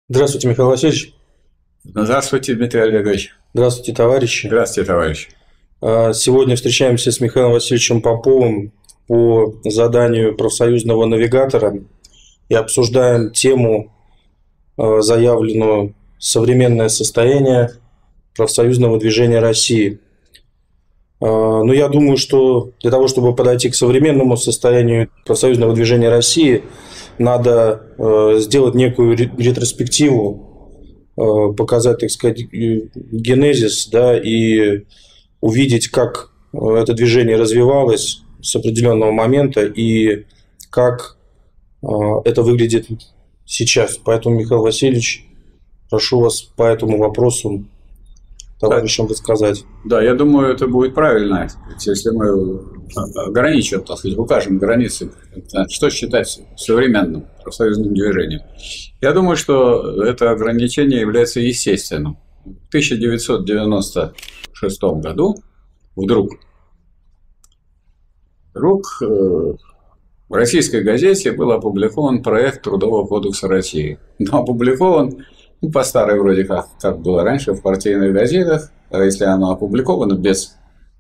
Здравствуйте, Михаил Васильевич. Здравствуйте, Дмитрий Олегович. Здравствуйте, товарищи. Здравствуйте, товарищ. Сегодня встречаемся с Михаилом Васильевичем Поповым по заданию профсоюзного навигатора и обсуждаем тему, заявленную «Современное состояние профсоюзного движения России». Но я думаю, что для того, чтобы подойти к современному состоянию профсоюзного движения России, надо сделать некую ретроспективу, показать, так сказать, генезис, да, и увидеть, как это движение развивалось с определенного момента и как это выглядит сейчас. Поэтому, Михаил Васильевич, прошу вас по этому вопросу товарищам рассказать. Да, я думаю, это будет правильно, если мы ограничим, так сказать, укажем границы, что считать современным профсоюзным движением. Я думаю, что это ограничение является естественным. В 1996 году вдруг в российской газете был опубликован проект Трудового кодекса России. Но опубликован по старой вроде как было раньше в партийных газетах, а если оно опубликовано без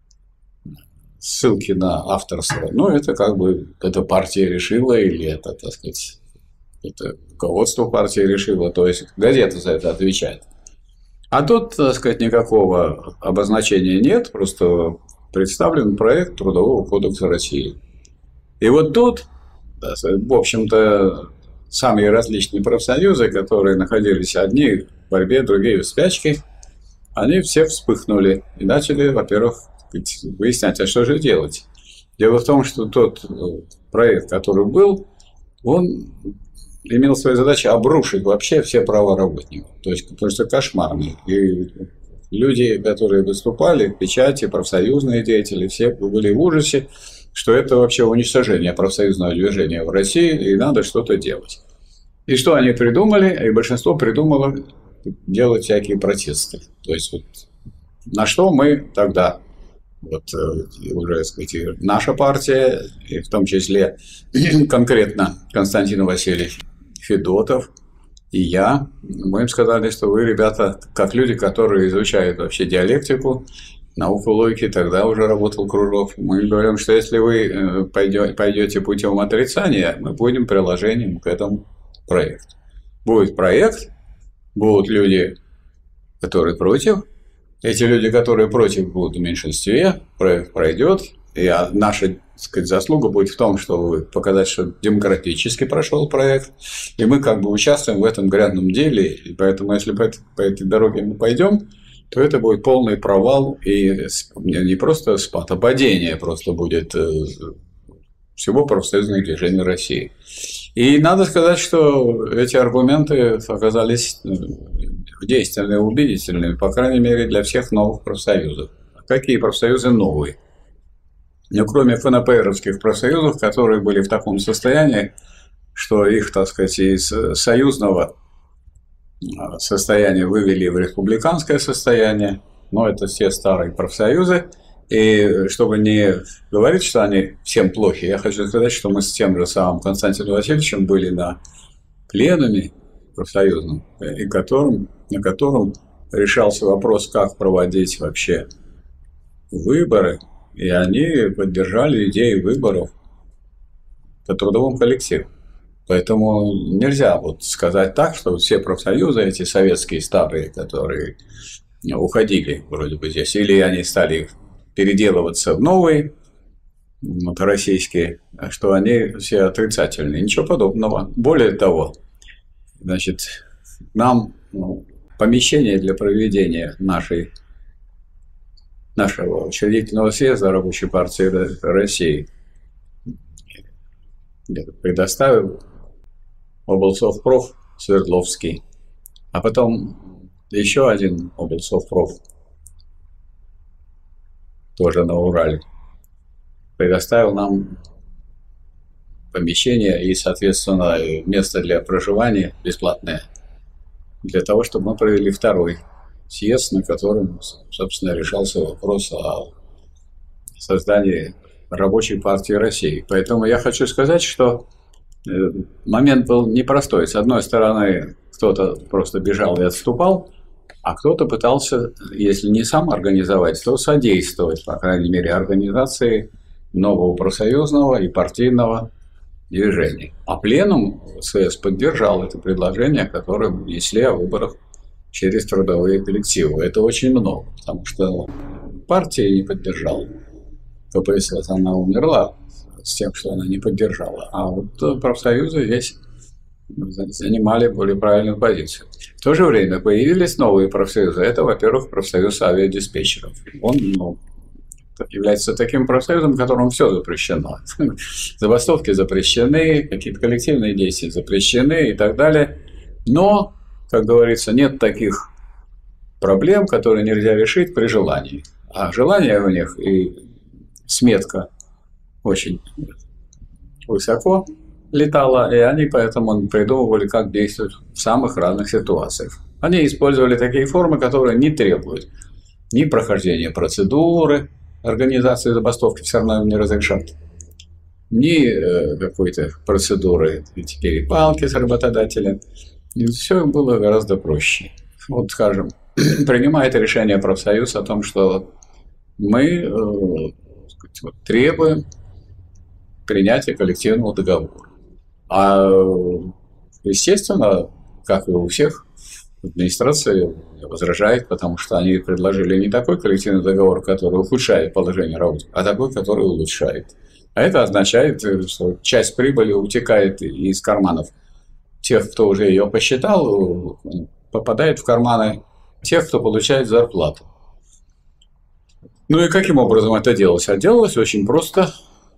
ссылки на авторство, это как бы эта партия решила, или это, так сказать, это руководство партии решило, то есть газета за это отвечает. А тут, так сказать, никакого обозначения нет, просто представлен проект Трудового кодекса России. И вот тут, в общем-то, самые различные профсоюзы, которые находились одни в борьбе, другие в спячке, они все вспыхнули и начали, во-первых, выяснять, а что же делать. Дело в том, что тот проект, который был, он имел свою задачу обрушить вообще все права работников. То есть, просто кошмарный. И люди, которые выступали, печати, профсоюзные деятели, все были в ужасе, что это вообще уничтожение профсоюзного движения в России, и надо что-то делать. И что они придумали? И большинство придумало делать всякие протесты. То есть, вот, на что мы тогда, уже, так сказать, наша партия, и в том числе конкретно Константин Васильевич Федотов и я, мы им сказали, что вы, ребята, как люди, которые изучают вообще диалектику, науку логики, тогда уже работал Кружов. Мы говорим, что если вы пойдете путем отрицания, мы будем приложением к этому проекту. Будет проект, будут люди, которые против. Эти люди, которые против, будут в меньшинстве, проект пройдет. И наша, так сказать, заслуга будет в том, чтобы показать, что демократически прошел проект. И мы как бы участвуем в этом грязном деле. И поэтому, если по этой дороге мы пойдем, то это будет полный провал и не просто спад, а падение просто будет всего профсоюзного движения России. И надо сказать, что эти аргументы оказались действенными, убедительными, по крайней мере, для всех новых профсоюзов. Какие профсоюзы новые? Но кроме ФНПРовских профсоюзов, которые были в таком состоянии, что их, так сказать, из союзного состояние вывели в республиканское состояние, но это все старые профсоюзы. И чтобы не говорить, что они всем плохи, я хочу сказать, что мы с тем же самым Константином Васильевичем были на пленуме профсоюзном, на котором решался вопрос, как проводить вообще выборы, и они поддержали идею выборов по трудовому коллективу. Поэтому нельзя сказать так, что все профсоюзы, эти советские старые, которые уходили вроде бы здесь, или они стали переделываться в новые, российские, что они все отрицательные. Ничего подобного. Более того, значит, нам помещение для проведения нашего учредительного съезда Рабочей партии России предоставил облсовпроф Свердловский, а потом еще один облсовпроф, тоже на Урале, предоставил нам помещение и, соответственно, место для проживания бесплатное, для того, чтобы мы провели второй съезд, на котором, собственно, решался вопрос о создании Рабочей партии России. Поэтому я хочу сказать, что момент был непростой. С одной стороны, кто-то просто бежал и отступал, а кто-то пытался, если не сам организовать, то содействовать, по крайней мере, организации нового профсоюзного и партийного движения. А пленум СС поддержал это предложение, которое внесли о выборах через трудовые коллективы. Это очень много, потому что партия не поддержала. КПСС, она умерла с тем, что она не поддержала. А вот профсоюзы здесь занимали более правильную позицию. В то же время появились новые профсоюзы. Это, во-первых, профсоюз авиадиспетчеров. Он является таким профсоюзом, в котором все запрещено. Забастовки запрещены, какие-то коллективные действия запрещены и так далее. Но, как говорится, нет таких проблем, которые нельзя решить при желании. А желание у них и сметка очень высоко летала, и они поэтому придумывали, как действовать в самых разных ситуациях. Они использовали такие формы, которые не требуют ни прохождения процедуры, организации забастовки все равно им не разрешат, ни какой-то процедуры перепалки с работодателем. И все было гораздо проще. Вот, скажем, принимает решение профсоюз о том, что мы требуем принятия коллективного договора. А, естественно, как и у всех, администрация возражает, потому что они предложили не такой коллективный договор, который ухудшает положение работы, а такой, который улучшает. А это означает, что часть прибыли утекает из карманов тех, кто уже ее посчитал, попадает в карманы тех, кто получает зарплату. Ну и каким образом это делалось? А делалось очень просто.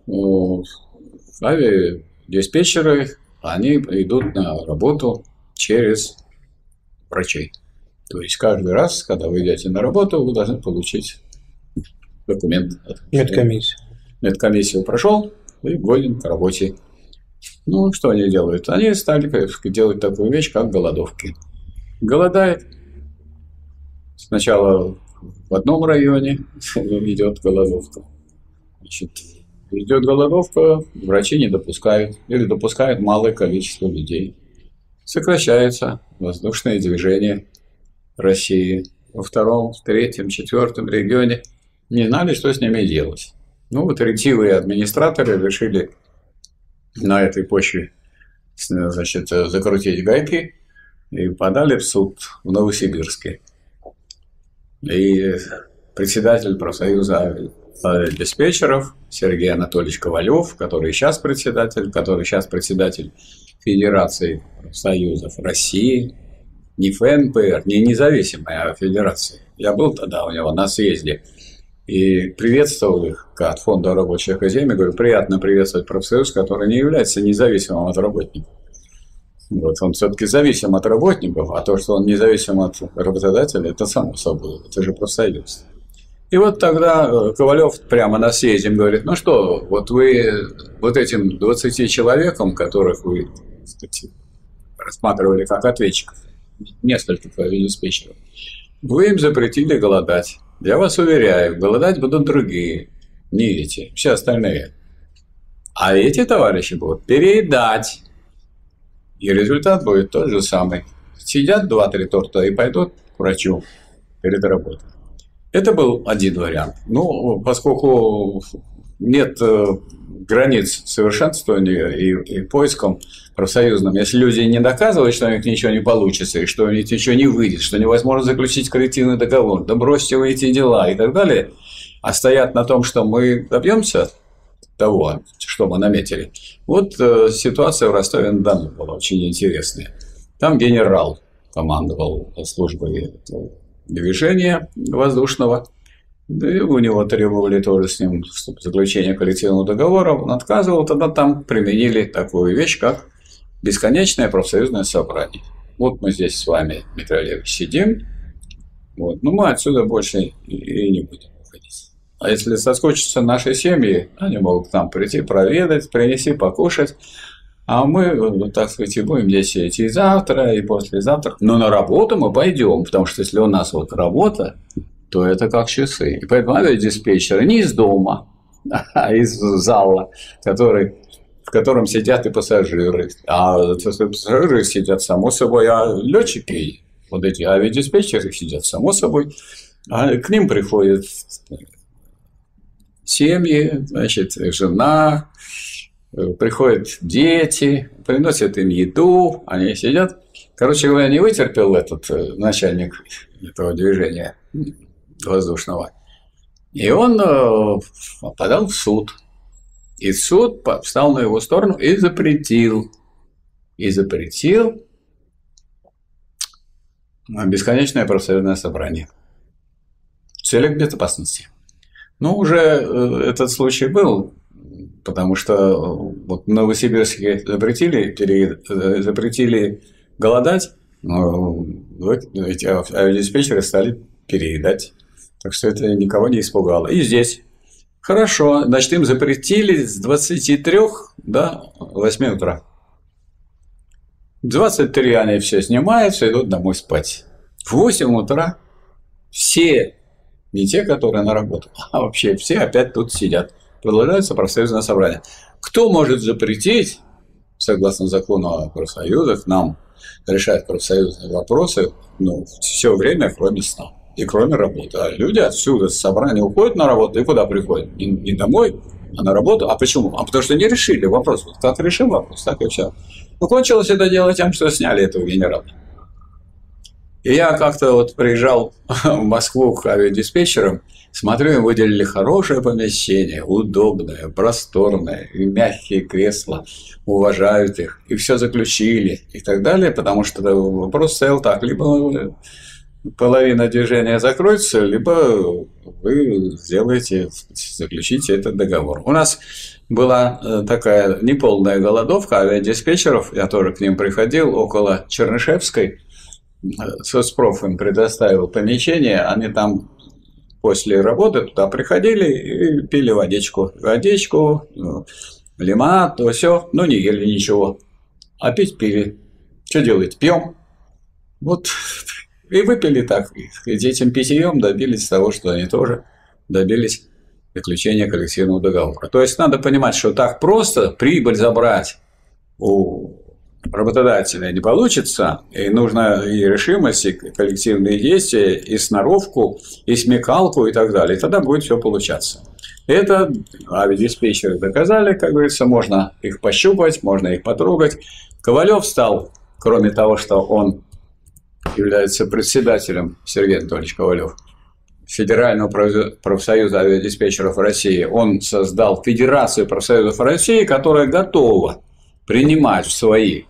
Авиадиспетчеры, они идут на работу через врачей. То есть каждый раз, когда вы идете на работу, вы должны получить документ. Медкомиссию. Медкомиссию прошел и годен к работе. Ну, что они делают? Они стали делать такую вещь, как голодовки. Голодает. Сначала в одном районе идет голодовка. Значит, идет голодовка, врачи не допускают или допускают малое количество людей. Сокращается воздушное движение России. Во втором, третьем, четвертом регионе не знали, что с ними делать. Ну, вот ретивые администраторы решили на этой почве, значит, закрутить гайки и подали в суд в Новосибирске. И председатель профсоюза диспетчеров Сергей Анатольевич Ковалев, который сейчас председатель Федерации профсоюзов России, не ФНПР, не независимой, а Федерации. Я был тогда у него на съезде и приветствовал их от Фонда рабочей академии. Говорю, приятно приветствовать профсоюз, который не является независимым от работников. Вот, он все-таки зависим от работников, а то, что он независим от работодателя, это само собой, это же профсоюз. И вот тогда Ковалев прямо на съезде говорит, ну что, вот вы вот этим 20 человекам, которых вы, кстати, рассматривали как ответчиков, нескольких авиадиспетчеров, вы им запретили голодать. Я вас уверяю, голодать будут другие, не эти, все остальные. А эти товарищи будут переедать. И результат будет тот же самый. Сидят 2-3 торта и пойдут к врачу перед работой. Это был один вариант. Ну, поскольку нет границ совершенствования и поиском профсоюзным, если люди не доказывают, что у них ничего не получится, и что у них ничего не выйдет, что невозможно заключить коллективный договор, да бросьте вы эти дела и так далее, а стоят на том, что мы добьемся того, что мы наметили. Вот ситуация в Ростове-на-Дону была очень интересная. Там генерал командовал службой движения воздушного, и у него требовали тоже с ним заключения коллективного договора, он отказывал, тогда там применили такую вещь, как бесконечное профсоюзное собрание. Вот мы здесь с вами, Дмитрий Олегович, сидим, вот, но мы отсюда больше и не будем уходить. А если соскучатся наши семьи, они могут к нам прийти, проведать, принести, покушать. А мы, так сказать, и будем здесь сидеть и завтра, и послезавтра. Но на работу мы пойдем, потому что если у нас вот работа, то это как часы. И поэтому авиадиспетчеры не из дома, а из зала, который котором сидят и пассажиры. А пассажиры сидят, само собой, а летчики, вот эти авиадиспетчеры сидят, само собой. А к ним приходят семьи, значит, жена, приходят дети, приносят им еду, они сидят. Короче говоря, не вытерпел этот начальник этого движения воздушного. И он подал в суд. И суд встал на его сторону и запретил бесконечное профсоюзное собрание в целях безопасности. Ну, уже этот случай был, потому что вот в Новосибирске запретили голодать, но эти авиадиспетчеры стали переедать. Так что это никого не испугало. И здесь. Хорошо, значит, им запретили с 23 до 8 утра. В 23 они все снимают, все идут домой спать. В 8 утра все, не те, которые на работу, а вообще все опять тут сидят. Продолжается профсоюзное собрание. Кто может запретить, согласно закону о профсоюзах, нам решать профсоюзные вопросы, все время, кроме сна и кроме работы? А люди отсюда с собрания уходят на работу и куда приходят? Не домой, а на работу. А почему? А потому что не решили вопрос. Вот как решил вопрос, так и все. Кончилось это дело тем, что сняли этого генерала. И я как-то вот приезжал в Москву к авиадиспетчерам, смотрю, им выделили хорошее помещение, удобное, просторное, и мягкие кресла, уважают их, и все заключили, и так далее, потому что вопрос стоял так: либо половина движения закроется, либо вы заключите этот договор. У нас была такая неполная голодовка авиадиспетчеров, я тоже к ним приходил, около Чернышевской. Соцпроф им предоставил помещение, они там после работы туда приходили и пили водичку, лимонад, то все, но не ели ничего, а пить пили. Что делать? Пьем. Вот и выпили так. И этим питьем добились того, что они тоже добились заключения коллективного договора. То есть надо понимать, что так просто прибыль забрать у работодателя не получится, и нужна и решимость, и коллективные действия, и сноровку, и смекалку, и так далее. И тогда будет все получаться. Это авиадиспетчеры доказали, как говорится, можно их пощупать, можно их потрогать. Ковалев стал, кроме того, что он является председателем, Сергей Анатольевич Ковалев, Федерального профсоюза авиадиспетчеров России, он создал Федерацию профсоюзов России, которая готова принимать в свои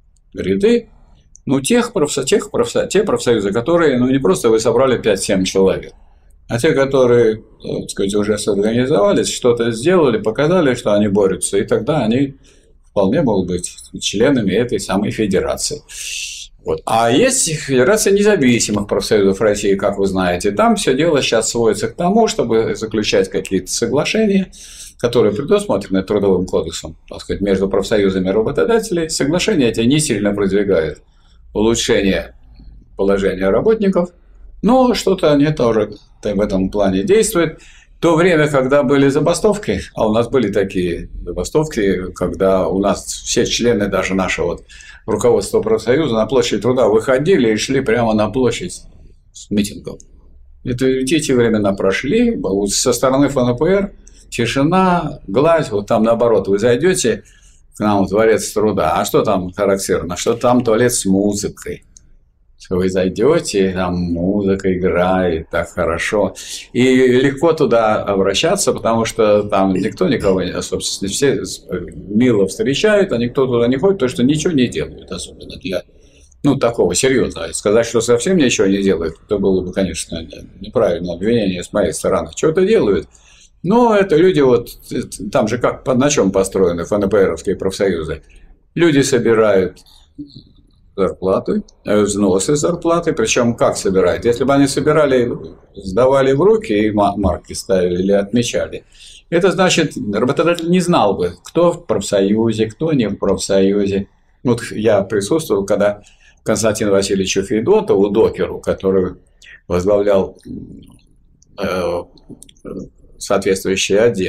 ряды те профсоюзы, которые не просто вы собрали 5-7 человек, а те, которые, так сказать, уже сорганизовались, что-то сделали, показали, что они борются, и тогда они вполне могут быть членами этой самой федерации. Вот. А есть Федерация независимых профсоюзов России, как вы знаете. Там все дело сейчас сводится к тому, чтобы заключать какие-то соглашения, которые предусмотрены Трудовым кодексом, так сказать, между профсоюзами и работодателей. Соглашения эти не сильно продвигают улучшение положения работников, но что-то они тоже в этом плане действуют. В то время, когда были забастовки, а у нас были такие забастовки, когда у нас все члены даже нашего руководства профсоюза на площадь Труда выходили и шли прямо на площадь с митингов. Эти времена прошли, со стороны ФНПР тишина, гладь, вот там наоборот, вы зайдете к нам в Дворец Труда, а что там характерно? Что там туалет с музыкой. Вы зайдете, там музыка играет, так хорошо. И легко туда обращаться, потому что там никто никого, собственно, все мило встречают, а никто туда не ходит, потому что ничего не делают, особенно для такого серьезного. Сказать, что совсем ничего не делают, это было бы, конечно, неправильное обвинение с моей стороны. Что-то делают. Но это люди, там же как на чем построены ФНПРовские профсоюзы. Люди собирают зарплаты, взносы зарплаты, причем как собирают? Если бы они собирали, сдавали в руки и марки ставили или отмечали, это значит, работодатель не знал бы, кто в профсоюзе, кто не в профсоюзе. Я присутствовал, когда Константину Васильевичу Федотову, докеру, который возглавлял соответствующий отдел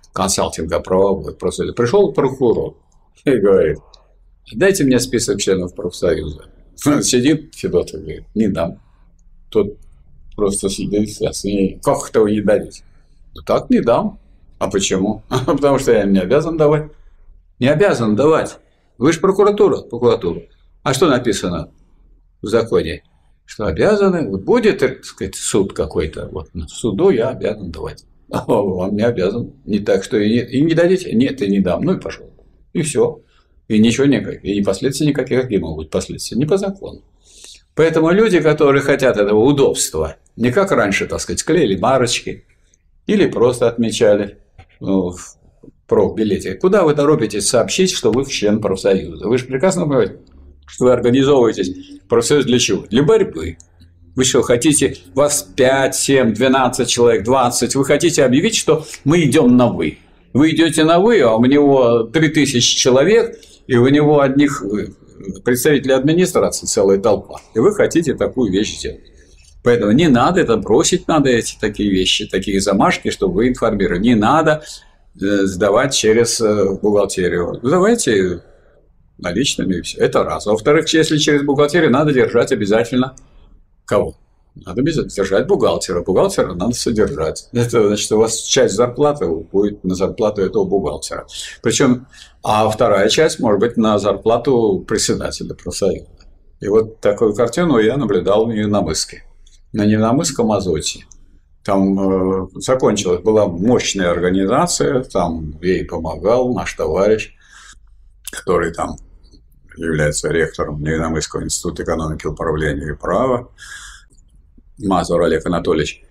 консалтинга правовой. Просто пришел прокурор и говорит: дайте мне список членов профсоюза. Сидит Федотов и говорит: не дам. Тот просто сидит, как это вы не дадите? Да так не дам. А почему? Потому что я им не обязан давать. Не обязан давать. Вы же прокуратура. А что написано в законе? Что обязаны, будет, так сказать, суд какой-то. Вот суду я обязан давать. А вам не обязан. Не так, что и не дадите? Нет, и не дам. Ну и пошел. И все. И ничего никаких. И последствий никаких. Какие могут быть последствия? Не по закону. Поэтому люди, которые хотят этого удобства, не как раньше, так сказать, клеили марочки или просто отмечали в профбилете. Куда вы торопитесь сообщить, что вы член профсоюза? Вы же прекрасно понимаете, что вы организовываетесь профсоюз для чего? Для борьбы. Вы что, хотите, вас 5, 7, 12 человек, 20, вы хотите объявить, что мы идем на «вы». Вы идете на «вы», а у него 3000 человек, и у него одних представителей администрации целая толпа. И вы хотите такую вещь сделать. Поэтому не надо это бросить, надо эти такие вещи, такие замашки, чтобы вы информировали. Не надо сдавать через бухгалтерию. Сдавайте наличными и все. Это раз. Во-вторых, если через бухгалтерию, надо держать обязательно кого? Надо обязательно держать бухгалтера. Бухгалтера надо содержать. Это значит, у вас часть зарплаты будет на зарплату этого бухгалтера. Причем, а вторая часть может быть на зарплату председателя профсоюза. И вот такую картину я наблюдал в Невинномысске. На Невинномысском азоте. Там закончилась, была мощная организация, там ей помогал наш товарищ, который там является ректором Невинномысского института экономики, управления и права, Мазур Олег Анатольевич.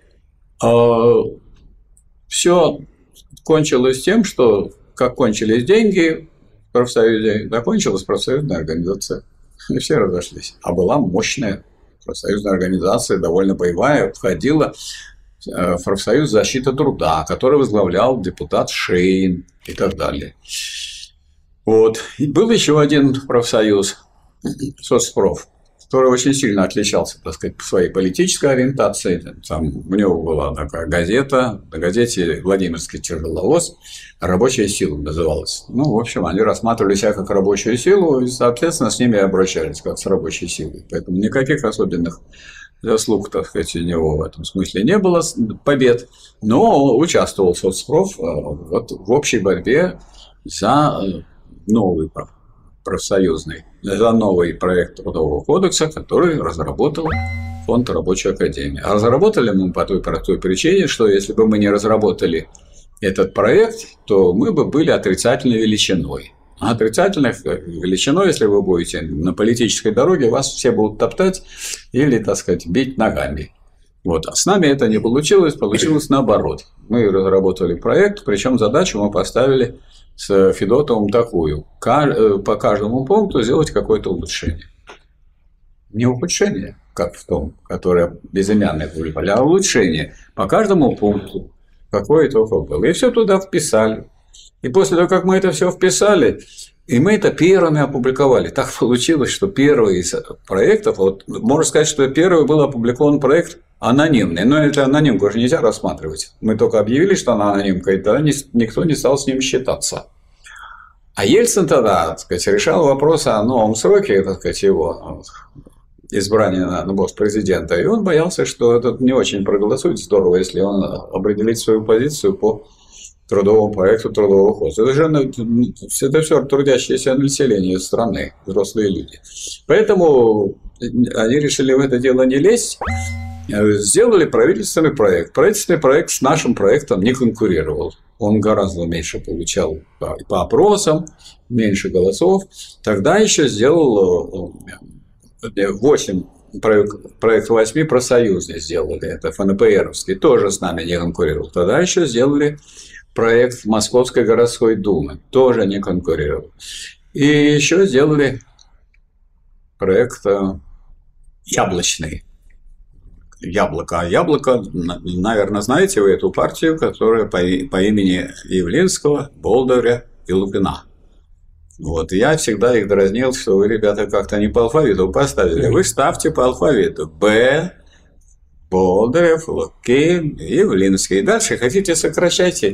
Все кончилось тем, что как кончились деньги в профсоюзе, закончилась профсоюзная организация. И все разошлись. А была мощная профсоюзная организация, довольно боевая, входила в профсоюз защиты труда, который возглавлял депутат Шейн и так далее. Вот. И был еще один профсоюз, соцпроф, который очень сильно отличался, так сказать, по своей политической ориентации. Там у него была такая газета, на газете «Владимирский тяжеловоз», «Рабочая сила» называлась. Ну, в общем, они рассматривали себя как рабочую силу, и, соответственно, с ними обращались как с рабочей силой. Поэтому никаких особенных заслуг, так сказать, у него в этом смысле не было, побед, но участвовал соцпроф вот в общей борьбе за новый профсоюзный, за новый проект Трудового кодекса, который разработал Фонд Рабочей Академии. А разработали мы по той простой причине, что если бы мы не разработали этот проект, то мы бы были отрицательной величиной. А отрицательной величиной, если вы будете на политической дороге, вас все будут топтать или, так сказать, бить ногами. Вот. А с нами это не получилось, получилось наоборот. Мы разработали проект, причем задачу мы поставили с Федотовым такую: по каждому пункту сделать какое-то улучшение. Не ухудшение, как в том, которое безымянное выбрали, а улучшение по каждому пункту, какое только было. И все туда вписали. И после того, как мы это все вписали, и мы это первыми опубликовали. Так получилось, что первый из проектов, вот можно сказать, что первый был опубликован проект анонимный, но это анонимку уже нельзя рассматривать. Мы только объявили, что она анонимка, и тогда никто не стал с ним считаться. А Ельцин тогда, так сказать, решал вопрос о новом сроке, так сказать, его избрания на пост президента, и он боялся, что этот не очень проголосует здорово, если он определит свою позицию по трудовому проекту Трудового кодекса. Это все трудящееся население страны, взрослые люди. Поэтому они решили в это дело не лезть, сделали правительственный проект. Правительственный проект с нашим проектом не конкурировал. Он гораздо меньше получал по опросам, меньше голосов. Тогда еще сделал 8, проект 8 профсоюзный сделали, это ФНПРовский, тоже с нами не конкурировал. Тогда еще сделали проект Московской городской думы, тоже не конкурировал. И еще сделали проект яблочный. Яблоко. А яблоко, наверное, знаете вы эту партию, которая по имени Явлинского, Болдыря и Лупина. Вот. Я всегда их дразнил, что вы, ребята, как-то не по алфавиту поставили. Вы ставьте по алфавиту. Б, Болдырев, Лукин, Явлинский. И дальше хотите сокращайте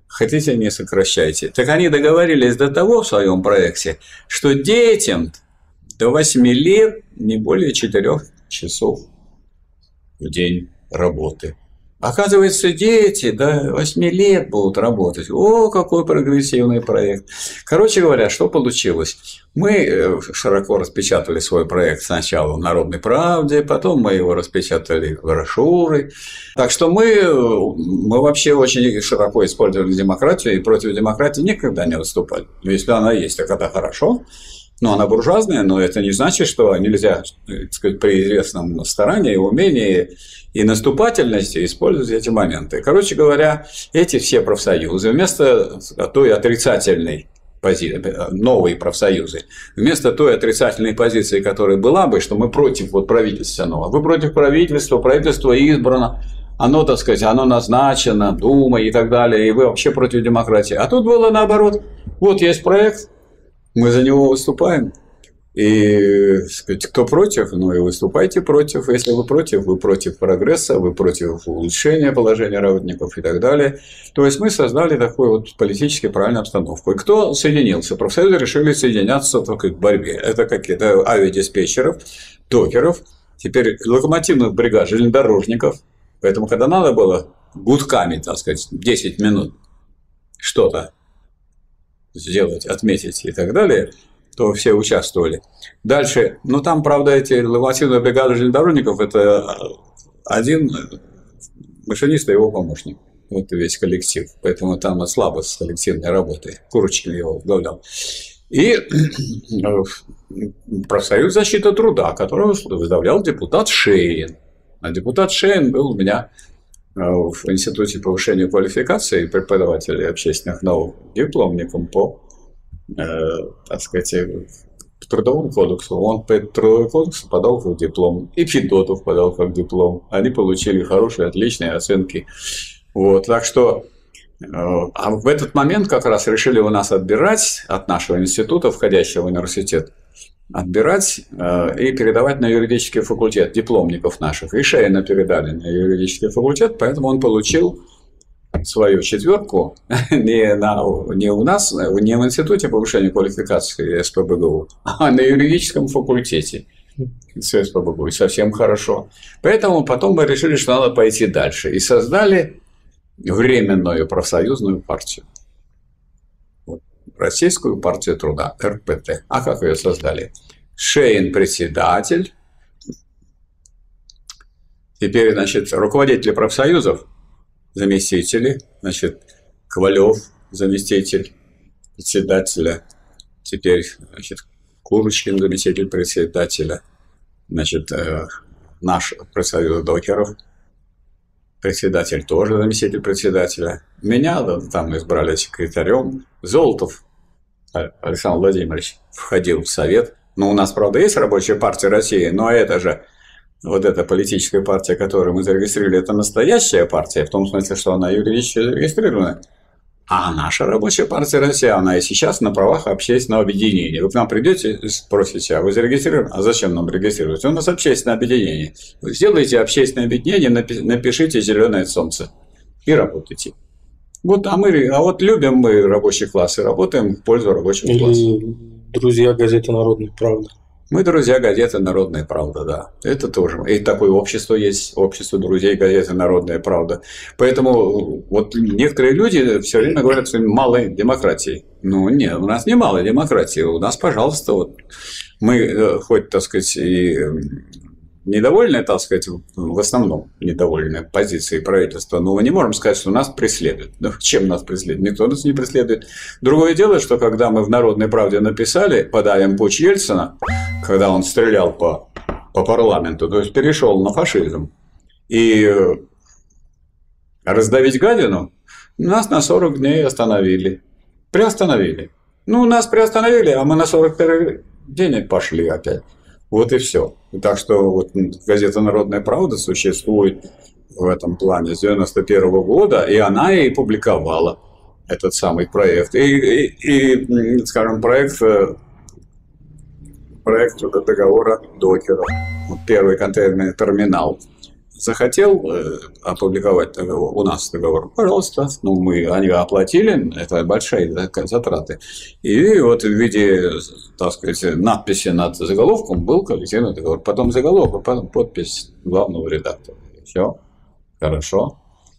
хотите, не сокращайте. Так они договорились до того в своем проекте, что детям до 8 лет не более 4 часов в день работы. Оказывается, дети до 8 лет будут работать. О, какой прогрессивный проект. Короче говоря, что получилось? Мы широко распечатали свой проект сначала в «Народной правде», потом мы его распечатали в брошюры. Так что мы вообще очень широко использовали демократию и против демократии никогда не выступали. Если она есть, так это хорошо. Но она буржуазная, но это не значит, что нельзя, так сказать, при известном старании, умении и наступательности использовать эти моменты. Короче говоря, эти все профсоюзы вместо той отрицательной позиции, новые профсоюзы, вместо той отрицательной позиции, которая была бы, что мы против правительства, вы против правительства, правительство избрано, оно, так сказать, оно назначено, Думой и так далее, и вы вообще против демократии. А тут было наоборот. Вот есть проект, мы за него выступаем. И, сказать, кто против, ну и выступайте против. Если вы против прогресса, вы против улучшения положения работников и так далее. То есть мы создали такую вот политически правильную обстановку. И кто соединился? Профсоюзы решили соединяться только в борьбе. Это какие-то авиадиспетчеров, докеров, теперь локомотивных бригад, железнодорожников. Поэтому, когда надо было гудками, так сказать, 10 минут что-то сделать, отметить и так далее, то все участвовали. Дальше, ну там, правда, эти локомотивные бригады железнодорожников – это один машинист и его помощник. Вот весь коллектив. Поэтому там слабо с коллективной работой. Курочкин его возглавлял. И профсоюз «Защита труда», которого возглавлял депутат Шейн. А депутат Шейн был у меня в Институте повышения квалификации преподавателя общественных наук дипломником по, так сказать, трудовому кодексу. Он по трудовому кодексу подал как диплом, и Федотов подал как диплом. Они получили хорошие, отличные оценки. Вот, так что а в этот момент как раз решили у нас отбирать от нашего института, входящего в университет, отбирать и передавать на юридический факультет дипломников наших. И Шейна передали на юридический факультет, поэтому он получил свою 4 не у нас, не в Институте повышения квалификации СПбГУ, а на юридическом факультете СПбГУ. И совсем хорошо. Поэтому потом мы решили, что надо пойти дальше. И создали Временную профсоюзную партию. Российскую партию труда, РПТ. А как ее создали? Шейн председатель. Теперь, значит, руководители профсоюзов, заместители, значит, Ковалев, заместитель председателя. Теперь, значит, Курочкин, заместитель председателя. Значит, наш профсоюз докеров, председатель тоже заместитель председателя. Меня там избрали секретарем. Золотов Александр Владимирович входил в совет. Ну, у нас, правда, есть Рабочая партия России, но это же вот эта политическая партия, которую мы зарегистрировали, это настоящая партия, в том смысле, что она юридически зарегистрирована. А наша Рабочая партия России, она и сейчас на правах общественного объединения. Вы к нам придете и спросите, а вы зарегистрированы? А зачем нам регистрировать? У нас общественное объединение. Вы сделайте общественное объединение, напишите «Зеленое солнце» и работайте. Вот, а вот любим мы рабочий класс и работаем в пользу рабочего класса. Или друзья газеты «Народная правда». Мы друзья газеты «Народная правда», да. Это тоже. И такое общество есть, общество друзей газеты «Народная правда». Поэтому вот некоторые люди все время говорят, что мало демократии. Ну, нет, у нас не мало демократии. У нас, пожалуйста, вот мы хоть, так сказать, и недовольны, так сказать, в основном недовольны позицией правительства, но мы не можем сказать, что нас преследуют. Ну, чем нас преследуют? Никто нас не преследует. Другое дело, что когда мы в «Народной правде» написали, подаем путч Ельцина, когда он стрелял по парламенту, то есть перешел на фашизм, и раздавить гадину, нас на 40 дней остановили. Приостановили. Ну, нас приостановили, а мы на 41 день пошли опять. Вот и все. Так что вот газета «Народная правда» существует в этом плане с 91 года, и она и публиковала этот самый проект. И скажем, проект договора докеров. Вот первый контейнерный терминал захотел опубликовать договор, у нас договор, пожалуйста, ну, они оплатили, это большие затраты. И вот в виде, так сказать, надписи над заголовком был коллективный договор. Потом заголовок, потом подпись главного редактора. Все, хорошо.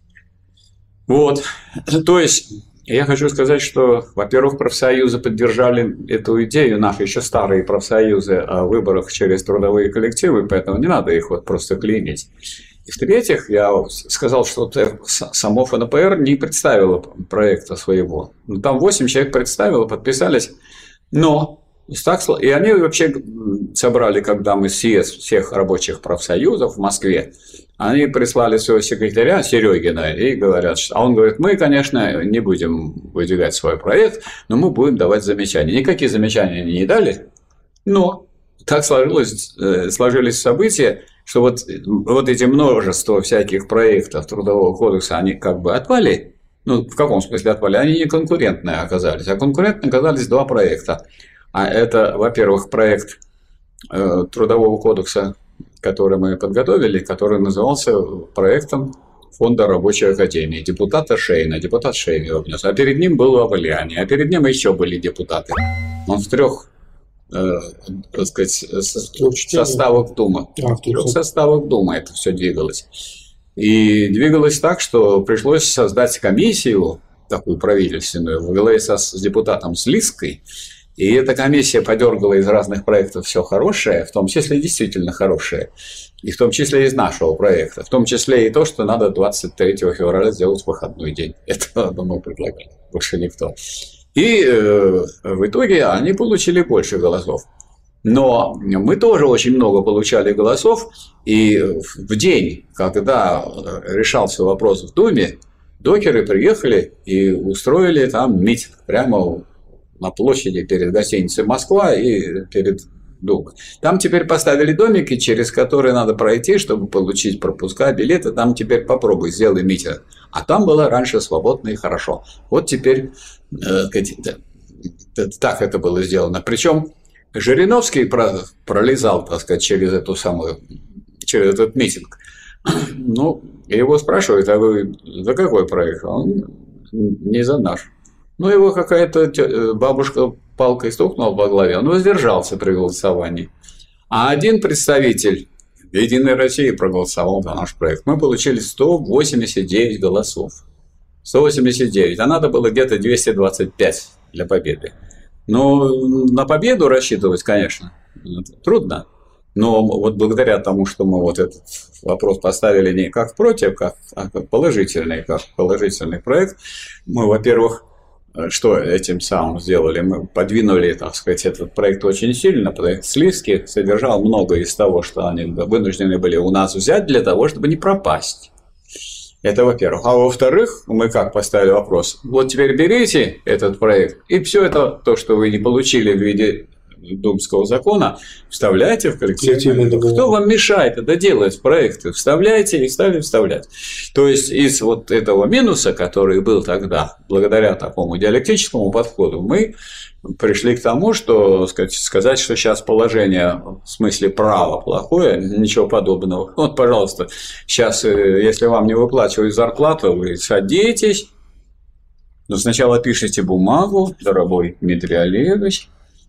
Вот, то есть я хочу сказать, что, во-первых, профсоюзы поддержали эту идею, наши еще старые профсоюзы о выборах через трудовые коллективы, поэтому не надо их вот просто клеймить. И в-третьих, я сказал, что само ФНПР не представило проекта своего. Ну, там 8 человек представило, подписались, но и они вообще собрали, когда мы съезд всех рабочих профсоюзов в Москве, они прислали своего секретаря Серегина и говорят, а он говорит, мы, конечно, не будем выдвигать свой проект, но мы будем давать замечания. Никакие замечания они не дали, но так сложились события, что вот эти множество всяких проектов Трудового кодекса, они как бы отпали. Ну, в каком смысле отпали? Они не конкурентные оказались, а конкурентные оказались 2 проекта. А это, во-первых, проект Трудового кодекса, который мы подготовили, который назывался проектом Фонда рабочей академии. Депутат Шейн его внес. А перед ним был Авальяни, а перед ним еще были депутаты. Он в 3 так сказать, составах Думы. В 3 составах Думы это все двигалось. И двигалось так, что пришлось создать комиссию, такую правительственную, во главе с депутатом Слизкой. И эта комиссия подергала из разных проектов все хорошее, в том числе действительно хорошее, и в том числе из нашего проекта, в том числе и то, что надо 23 февраля сделать выходной день. Это мы предлагали, больше никто. И в итоге они получили больше голосов. Но мы тоже очень много получали голосов, и в день, когда решался вопрос в Думе, докеры приехали и устроили там митинг прямо на площади перед гостиницей «Москва» и перед Думой. Там теперь поставили домики, через которые надо пройти, чтобы получить пропуска, билеты. Там теперь попробуй, сделай митинг. А там было раньше свободно и хорошо. Вот теперь так это было сделано. Причем Жириновский пролезал, так сказать, через этот митинг. Ну, его спрашивают, а вы за какой проект? Он не за наш. Ну, его какая-то бабушка палкой стукнула по голове, он воздержался при голосовании. А один представитель «Единой России» проголосовал за наш проект. Мы получили 189 голосов. 189, а надо было где-то 225 для победы. Но на победу рассчитывать, конечно, трудно. Но вот благодаря тому, что мы вот этот вопрос поставили не как против, а как положительный проект, мы, во-первых, что этим самым сделали? Мы подвинули, так сказать, этот проект очень сильно, потому что Слизкий содержал много из того, что они вынуждены были у нас взять для того, чтобы не пропасть. Это во-первых. А во-вторых, мы как поставили вопрос? Вот теперь берите этот проект, и все это, то, что вы не получили в виде Думского закона, вставляйте в коллективный договор. Кто вам мешает это делать в проекты? Вставляйте и стали вставлять. То есть из вот этого минуса, который был тогда, благодаря такому диалектическому подходу, мы пришли к тому, что сказать, что сейчас положение в смысле права плохое, ничего подобного. Вот, пожалуйста, сейчас, если вам не выплачивают зарплату, вы садитесь, но сначала пишите бумагу, дорогой Дмитрий Олегович,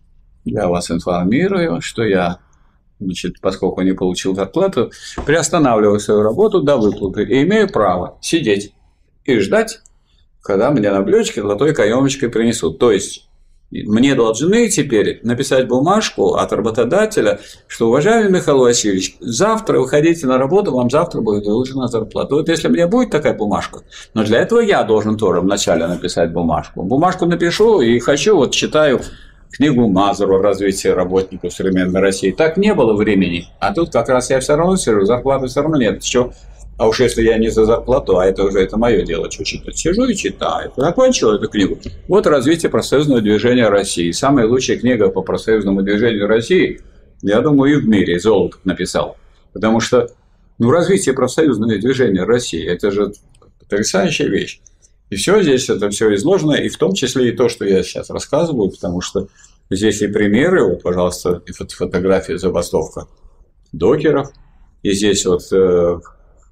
я вас информирую, что я, значит, поскольку не получил зарплату, приостанавливаю свою работу до выплаты и имею право сидеть и ждать, когда мне на блюдечке золотой каемочкой принесут. То есть мне должны теперь написать бумажку от работодателя, что, уважаемый Михаил Васильевич, завтра выходите на работу, вам завтра будет выложена зарплата. Вот если мне будет такая бумажка, но для этого я должен тоже вначале написать бумажку. Бумажку напишу и хочу, вот читаю книгу Мазуру «Развитие работников современной России». Так не было времени, а тут как раз я все равно сижу, зарплаты все равно нет. Что? А уж если я не за зарплату, а это уже это мое дело, что читать. Сижу и читаю. Закончил эту книгу. Вот «Развитие профсоюзного движения России». Самая лучшая книга по профсоюзному движению России, я думаю, и в мире Золотов написал. Потому что развитие профсоюзного движения России – это же потрясающая вещь. И все здесь, это все изложено, и в том числе и то, что я сейчас рассказываю, потому что здесь и примеры, вот, пожалуйста, фотография забастовка докеров, и здесь вот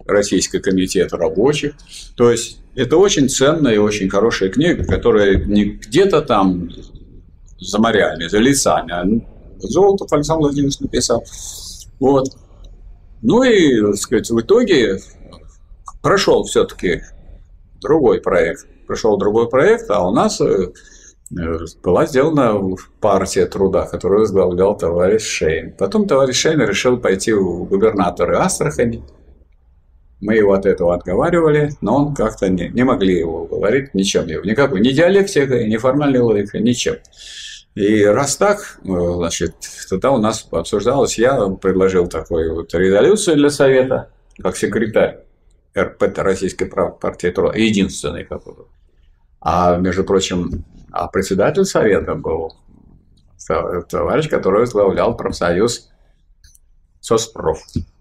Российский комитет рабочих. То есть это очень ценная и очень хорошая книга, которая не где-то там за морями, за лицами, а Золотов Александр Владимирович написал. Вот. Ну и, так сказать, в итоге прошел все-таки другой проект. А у нас была сделана партия труда, которую возглавлял товарищ Шейн. Потом товарищ Шейн решил пойти в губернаторы Астрахани. Мы его от этого отговаривали, но он как-то не могли его уговорить ничем. Никакой, ни диалектикой, ни формальной логикой, ничем. И раз так, значит, тогда у нас обсуждалось, я предложил такую вот резолюцию для Совета, как секретарь РПТ, Российской партии труда, единственный какой-то. А, между прочим, председатель Совета был товарищ, который возглавлял профсоюз Соспроф.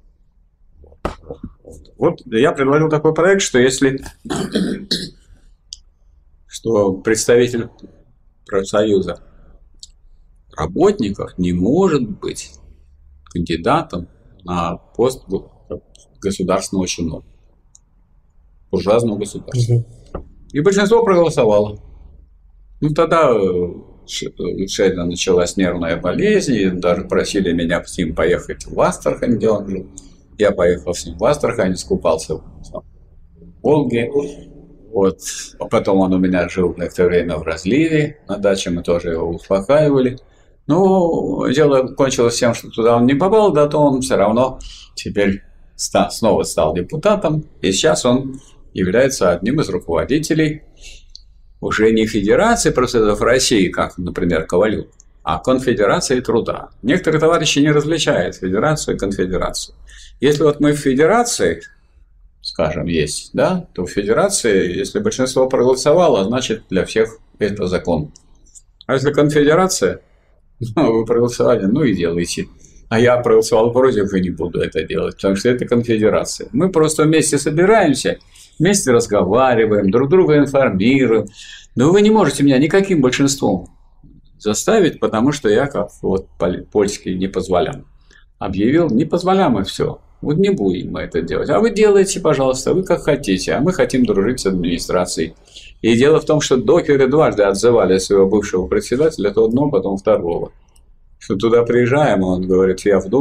Вот я предложил такой проект, что представитель профсоюза работников не может быть кандидатом на пост государственного чиновника, буржуазного государства. И большинство проголосовало. Ну, тогда у Шейна началась нервная болезнь, и даже просили меня с ним поехать в Астрахань, где он жил. Я поехал с ним в Астрахань, искупался в Волге. Вот. А потом он у меня жил некоторое время в Разливе, на даче мы тоже его успокаивали. Ну, дело кончилось тем, что туда он не попал, да то он все равно теперь снова стал депутатом, и сейчас он является одним из руководителей уже не Федерации профсоюзов России, как, например, Ковалев, а Конфедерации труда. Некоторые товарищи не различают Федерацию и Конфедерацию. Если вот мы в Федерации, скажем, есть, да, то в Федерации, если большинство проголосовало, значит для всех это закон. А если Конфедерация, ну, вы проголосовали, ну и делайте. А я проголосовал против и не буду это делать, потому что это конфедерация. Мы просто вместе собираемся, вместе разговариваем, друг друга информируем. Но вы не можете меня никаким большинством заставить, потому что я, как вот польский не позволял, объявил, не позволяем и все. Вот не будем мы это делать. А вы делайте, пожалуйста, вы как хотите, а мы хотим дружить с администрацией. И дело в том, что докеры дважды отзывали своего бывшего председателя, то одного, потом второго. Что туда приезжаем, он говорит, я к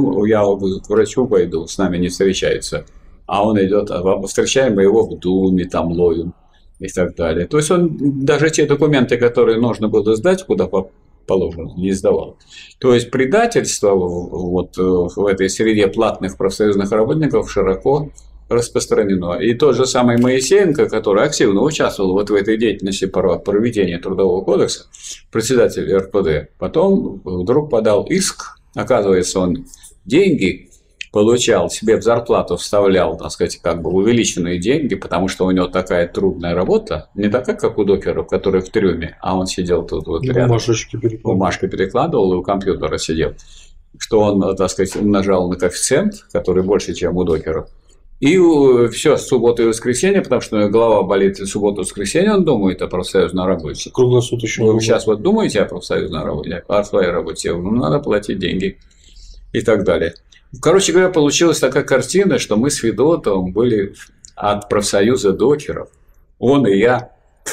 врачу пойду, с нами не встречается. А он идет, встречаем мы его в Думе, там ловим и так далее. То есть он даже те документы, которые нужно было сдать, куда положено, не сдавал. То есть предательство вот в этой среде платных профсоюзных работников широко распространено. И тот же самый Моисеенко, который активно участвовал вот в этой деятельности по проведению Трудового кодекса, председатель РПД, потом вдруг подал иск, оказывается, он деньги получал, себе в зарплату вставлял, так сказать, как бы увеличенные деньги, потому что у него такая трудная работа, не такая, как у докеров, которые в трюме, а он сидел тут вот рядом, бумажки перекладывал и у компьютера сидел, что он, так сказать, умножал на коэффициент, который больше, чем у докеров. И все, суббота и воскресенье, потому что голова болит в субботу и воскресенье, он думает о профсоюзной работе. Круглосуточно. Вы сейчас вот думаете о профсоюзной работе, о своей работе, ну, надо платить деньги и так далее. Короче говоря, получилась такая картина, что мы с Федотовым были от профсоюза докеров. Он и я,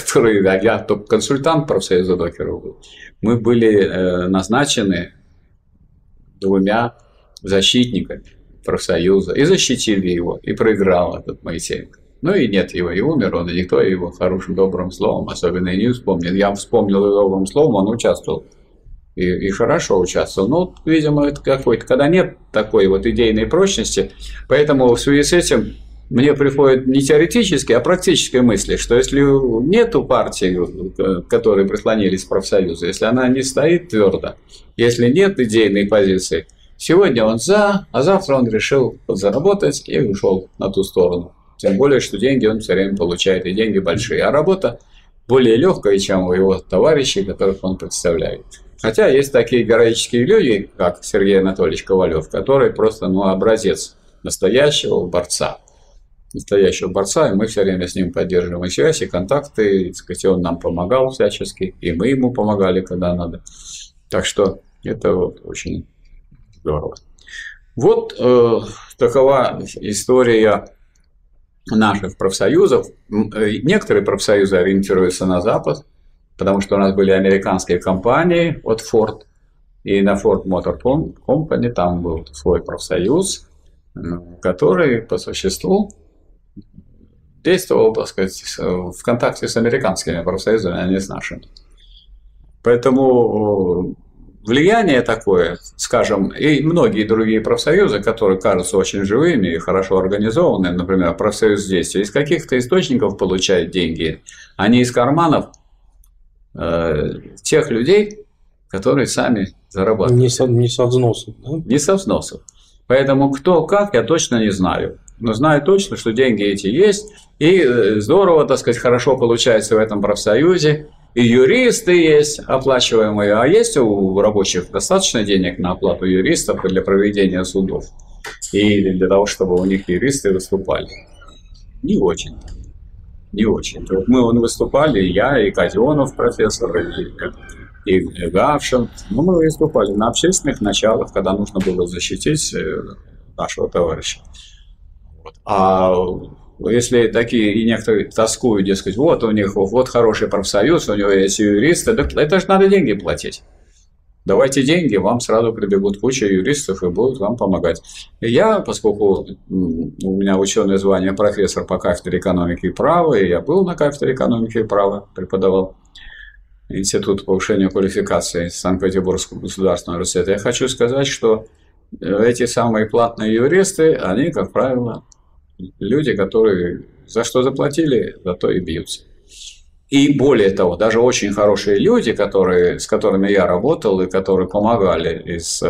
я только консультант профсоюза докеров был, мы были назначены двумя защитниками профсоюза, и защитили его, и проиграл этот Моисеенко. Ну и нет его, и умер он, и никто его хорошим, добрым словом особенно и не вспомнил. Я вспомнил его добрым словом, он участвовал, и хорошо участвовал. Но, видимо, это какой-то, когда нет такой вот идейной прочности, поэтому в связи с этим мне приходят не теоретические, а практические мысли, что если нету партии, которые прислонились к профсоюзу, если она не стоит твердо, если нет идейной позиции, сегодня он за, а завтра он решил заработать и ушел на ту сторону. Тем более, что деньги он все время получает, и деньги большие. А работа более легкая, чем у его товарищей, которых он представляет. Хотя есть такие героические люди, как Сергей Анатольевич Ковалев, который просто образец настоящего борца. Настоящего борца, и мы все время с ним поддерживаем связь и контакты. И, так сказать, он нам помогал всячески, и мы ему помогали, когда надо. Так что это вот очень здорово. Вот такова история наших профсоюзов, некоторые профсоюзы ориентируются на Запад, потому что у нас были американские компании от Ford, и на Ford Motor Company там был свой профсоюз, который по существу действовал, так сказать, в контакте с американскими профсоюзами, а не с нашими. Поэтому влияние такое, скажем, и многие другие профсоюзы, которые кажутся очень живыми и хорошо организованными, например, профсоюз действия, из каких-то источников получает деньги, а не из карманов тех людей, которые сами зарабатывают. Не со взносов, да? Не со взносов. Поэтому кто как, я точно не знаю. Но знаю точно, что деньги эти есть, и здорово, так сказать, хорошо получается в этом профсоюзе. И юристы есть оплачиваемые, а есть у рабочих достаточно денег на оплату юристов и для проведения судов, и для того, чтобы у них юристы выступали. Не очень. Не очень. Вот мы выступали, я, и Казенов профессор, и Гавшин. Мы выступали на общественных началах, когда нужно было защитить нашего товарища. А если такие и некоторые тоскуют, дескать, вот у них вот хороший профсоюз, у него есть юристы, так это же надо деньги платить. Давайте деньги, вам сразу прибегут куча юристов и будут вам помогать. И я, поскольку у меня ученое звание профессор по кафедре экономики и права, и я был на кафедре экономики и права, преподавал Институт повышения квалификации Санкт-Петербургского государственного университета, я хочу сказать, что эти самые платные юристы, они, как правило, люди, которые за что заплатили, за то и бьются. И более того, даже очень хорошие люди, с которыми я работал и которые помогали из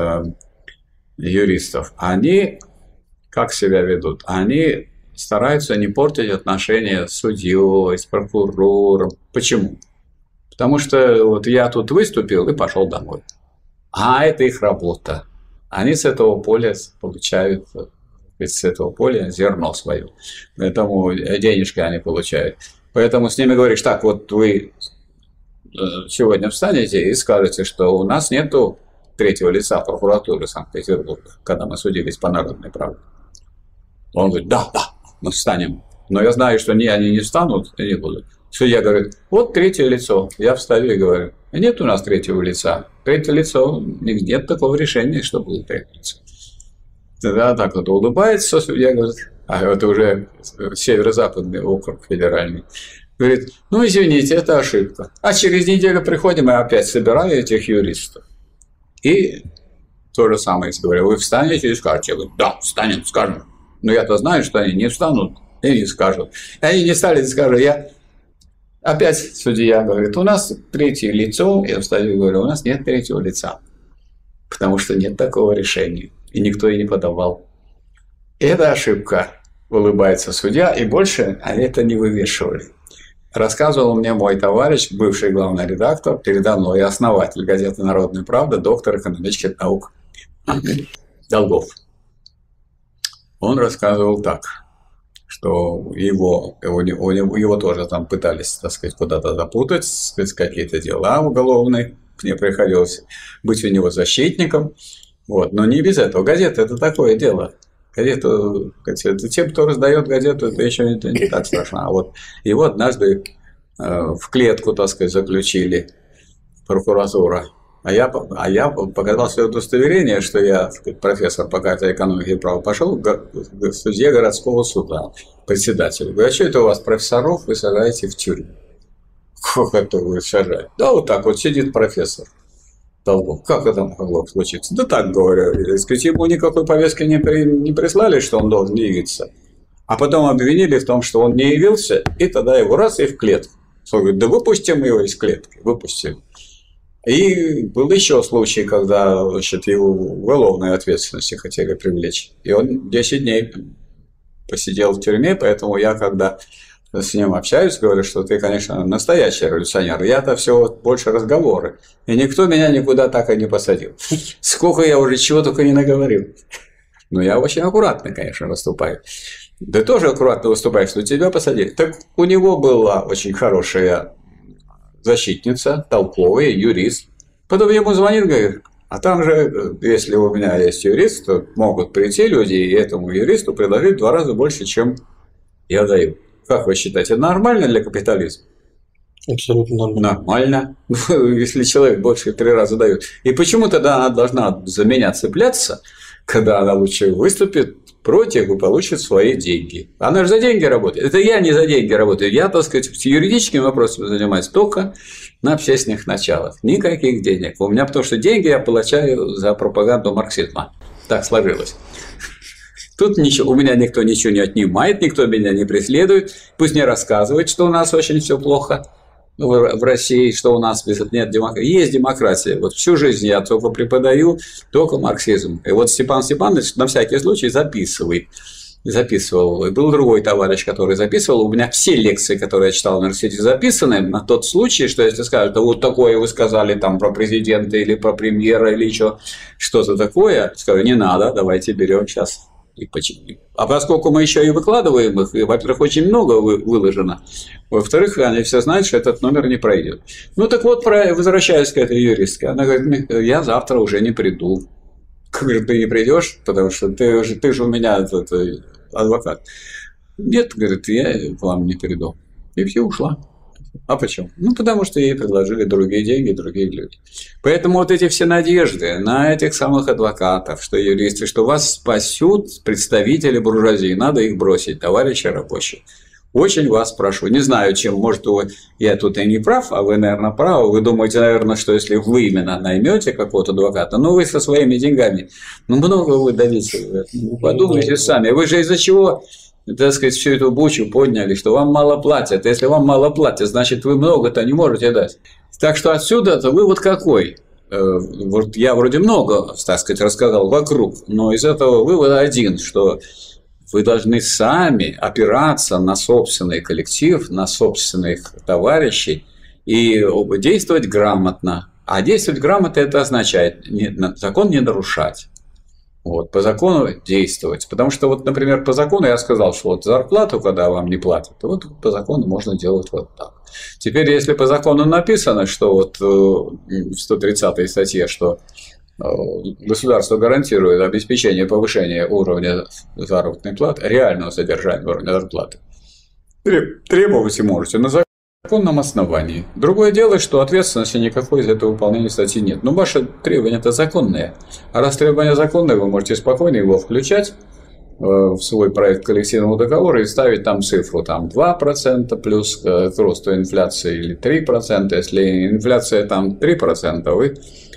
юристов, они как себя ведут? Они стараются не портить отношения с судьей, с прокурором. Почему? Потому что вот я тут выступил и пошел домой. А это их работа. Они с этого поля получают, с этого поля зерно свое. Поэтому денежки они получают. Поэтому с ними говоришь, так, вот вы сегодня встанете и скажете, что у нас нету третьего лица прокуратуры Санкт-Петербурга, когда мы судились по народной правде. Он говорит, да, мы встанем. Но я знаю, что они не встанут и не будут. Судья говорит, вот третье лицо. Я встаю и говорю, нет у нас третьего лица. Третье лицо, нет такого решения, что будет третье лицо. Тогда так вот улыбается судья, говорит, а это уже северо-западный округ федеральный. Говорит, ну извините, это ошибка. А через неделю приходим и опять собираем этих юристов. И то же самое говорю, вы встанете и скажете, я говорю, да, встанем, скажем. Но я-то знаю, что они не встанут и не скажут. И они не стали и скажут, опять судья говорит, у нас третье лицо, я встаю и говорю, у нас нет третьего лица, потому что нет такого решения, и никто и не подавал. Это ошибка, улыбается судья, и больше они это не вывешивали. Рассказывал мне мой товарищ, бывший главный редактор, передо мной и основатель газеты «Народная правда», доктор экономических наук Долгов. Он рассказывал так, что его тоже там пытались, так сказать, куда-то запутать, какие-то дела уголовные. Мне приходилось быть у него защитником. Вот. Но не без этого. Газета – это такое дело. Газету, это тем, кто раздает газету, это еще не так страшно. А вот его однажды в клетку, так сказать, заключили прокуратура. А я показал свое удостоверение, что я профессор по кафедре экономики и права, пошел к судье городского суда, председателю. Говорю, а что это у вас профессоров вы сажаете в тюрьму? Как это вы сажаете? Да вот так вот сидит профессор Долгов. Как это могло случиться? Да так, говорю, ему никакой повестки не прислали, что он должен явиться. А потом обвинили в том, что он не явился, и тогда его раз и в клетку. Он говорит, да выпустим его из клетки, выпустим. И был еще случай, когда, значит, его уголовной ответственности хотели привлечь. И он 10 дней посидел в тюрьме, поэтому я, когда с ним общаюсь, говорю, что ты, конечно, настоящий революционер. Я-то все больше разговоры. И никто меня никуда так и не посадил. Сколько я уже чего только не наговорил. Но я очень аккуратно, конечно, выступаю. Ты тоже аккуратно выступаешь, что тебя посадили. Так у него была очень хорошая защитница, толковый юрист. Потом ему звонит, говорит, а там же, если у меня есть юрист, то могут прийти люди и этому юристу предложить в 2 раза больше, чем Я даю. Как вы считаете, нормально для капитализма? Абсолютно нормально. Нормально. Если человек больше 3 раза дает. И почему тогда она должна за меня цепляться, когда она лучше выступит против и получит свои деньги? Она же за деньги работает. Это я не за деньги работаю. Я, так сказать, юридическими вопросами занимаюсь только на общественных началах. Никаких денег. У меня потому что деньги я получаю за пропаганду марксизма. Так сложилось. Тут ничего, у меня никто ничего не отнимает, никто меня не преследует. Пусть не рассказывает, что у нас очень все плохо в России, что у нас нет демократии. Есть демократия. Вот всю жизнь я только преподаю, только марксизм. И вот Степан Степанович на всякий случай записывал. И был другой товарищ, который записывал. У меня все лекции, которые я читал в университете, записаны на тот случай, что если скажут, да вот такое вы сказали там про президента или про премьера или еще что-то такое, скажу, не надо, давайте берем сейчас. А поскольку мы еще и выкладываем их, и, во-первых, очень много выложено, во-вторых, они все знают, что этот номер не пройдет. Ну так вот, возвращаясь к этой юристке, она говорит, я завтра уже не приду. Говорит, ты не придешь, потому что ты же у меня адвокат. Нет, говорит, я к вам не приду. И все, ушла. А почему? Ну, потому что ей предложили другие деньги, другие люди. Поэтому вот эти все надежды на этих самых адвокатов, что юристы, что вас спасут представители буржуазии, надо их бросить, товарищи рабочие. Очень вас прошу. Не знаю, чем, может, я тут и не прав, а вы, наверное, правы. Вы думаете, наверное, что если вы именно наймете какого-то адвоката, ну, вы со своими деньгами, ну, много вы дадите. Подумайте сами. Вы же из-за чего, так сказать, всю эту бучу подняли, что вам мало платят. Если вам мало платят, значит, вы много-то не можете дать. Так что отсюда-то вывод какой? Вот я вроде много, так сказать, рассказал вокруг, но из этого вывод один, что вы должны сами опираться на собственный коллектив, на собственных товарищей и действовать грамотно. А действовать грамотно – это означает закон не нарушать. Вот, по закону действовать. Потому что, вот, например, по закону я сказал, что вот зарплату, когда вам не платят, то вот по закону можно делать вот так. Теперь, если по закону написано, что вот в 130-й статье, что государство гарантирует обеспечение повышения уровня заработной платы, реального содержания уровня зарплаты, требовать и можете на законном основании. Другое дело, что ответственности никакой из этого выполнения статьи нет. Но ваши требования-то законные. А раз требования законные, вы можете спокойно его включать в свой проект коллективного договора и ставить там цифру там 2% плюс к росту инфляции или 3%. Если инфляция там 3%, вы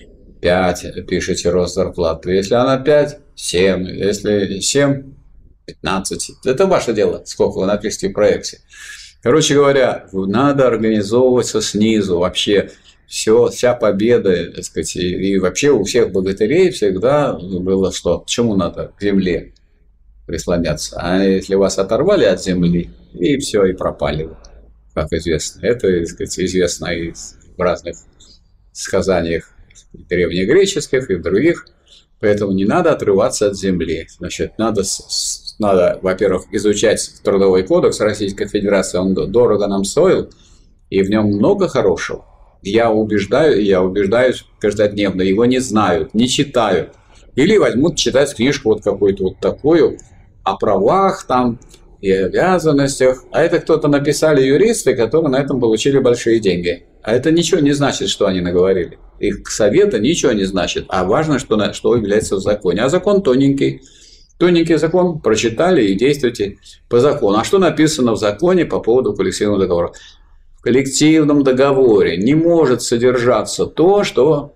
5 пишете рост зарплаты. Если она 5, 7. Если 7, 15. Это ваше дело, сколько вы напишите в проекте. Короче говоря, надо организовываться снизу. Вообще вся победа, так сказать, и вообще у всех богатырей всегда было что? К чему надо? К земле прислоняться. А если вас оторвали от земли, и все, и пропали, как известно. Это, так сказать, известно и в разных сказаниях древнегреческих и в других. Поэтому не надо отрываться от земли. Значит, надо, во-первых, изучать Трудовой кодекс Российской Федерации. Он дорого нам стоил, и в нем много хорошего. Я убеждаюсь каждодневно. Его не знают, не читают. Или возьмут читать книжку вот какую-то вот такую о правах там и обязанностях. А это кто-то написали юристы, которые на этом получили большие деньги. А это ничего не значит, что они наговорили. Их совета ничего не значит. А важно, что является в законе. А закон тоненький. Тоненький закон, прочитали и действуйте по закону. А что написано в законе по поводу коллективного договора? В коллективном договоре не может содержаться то, что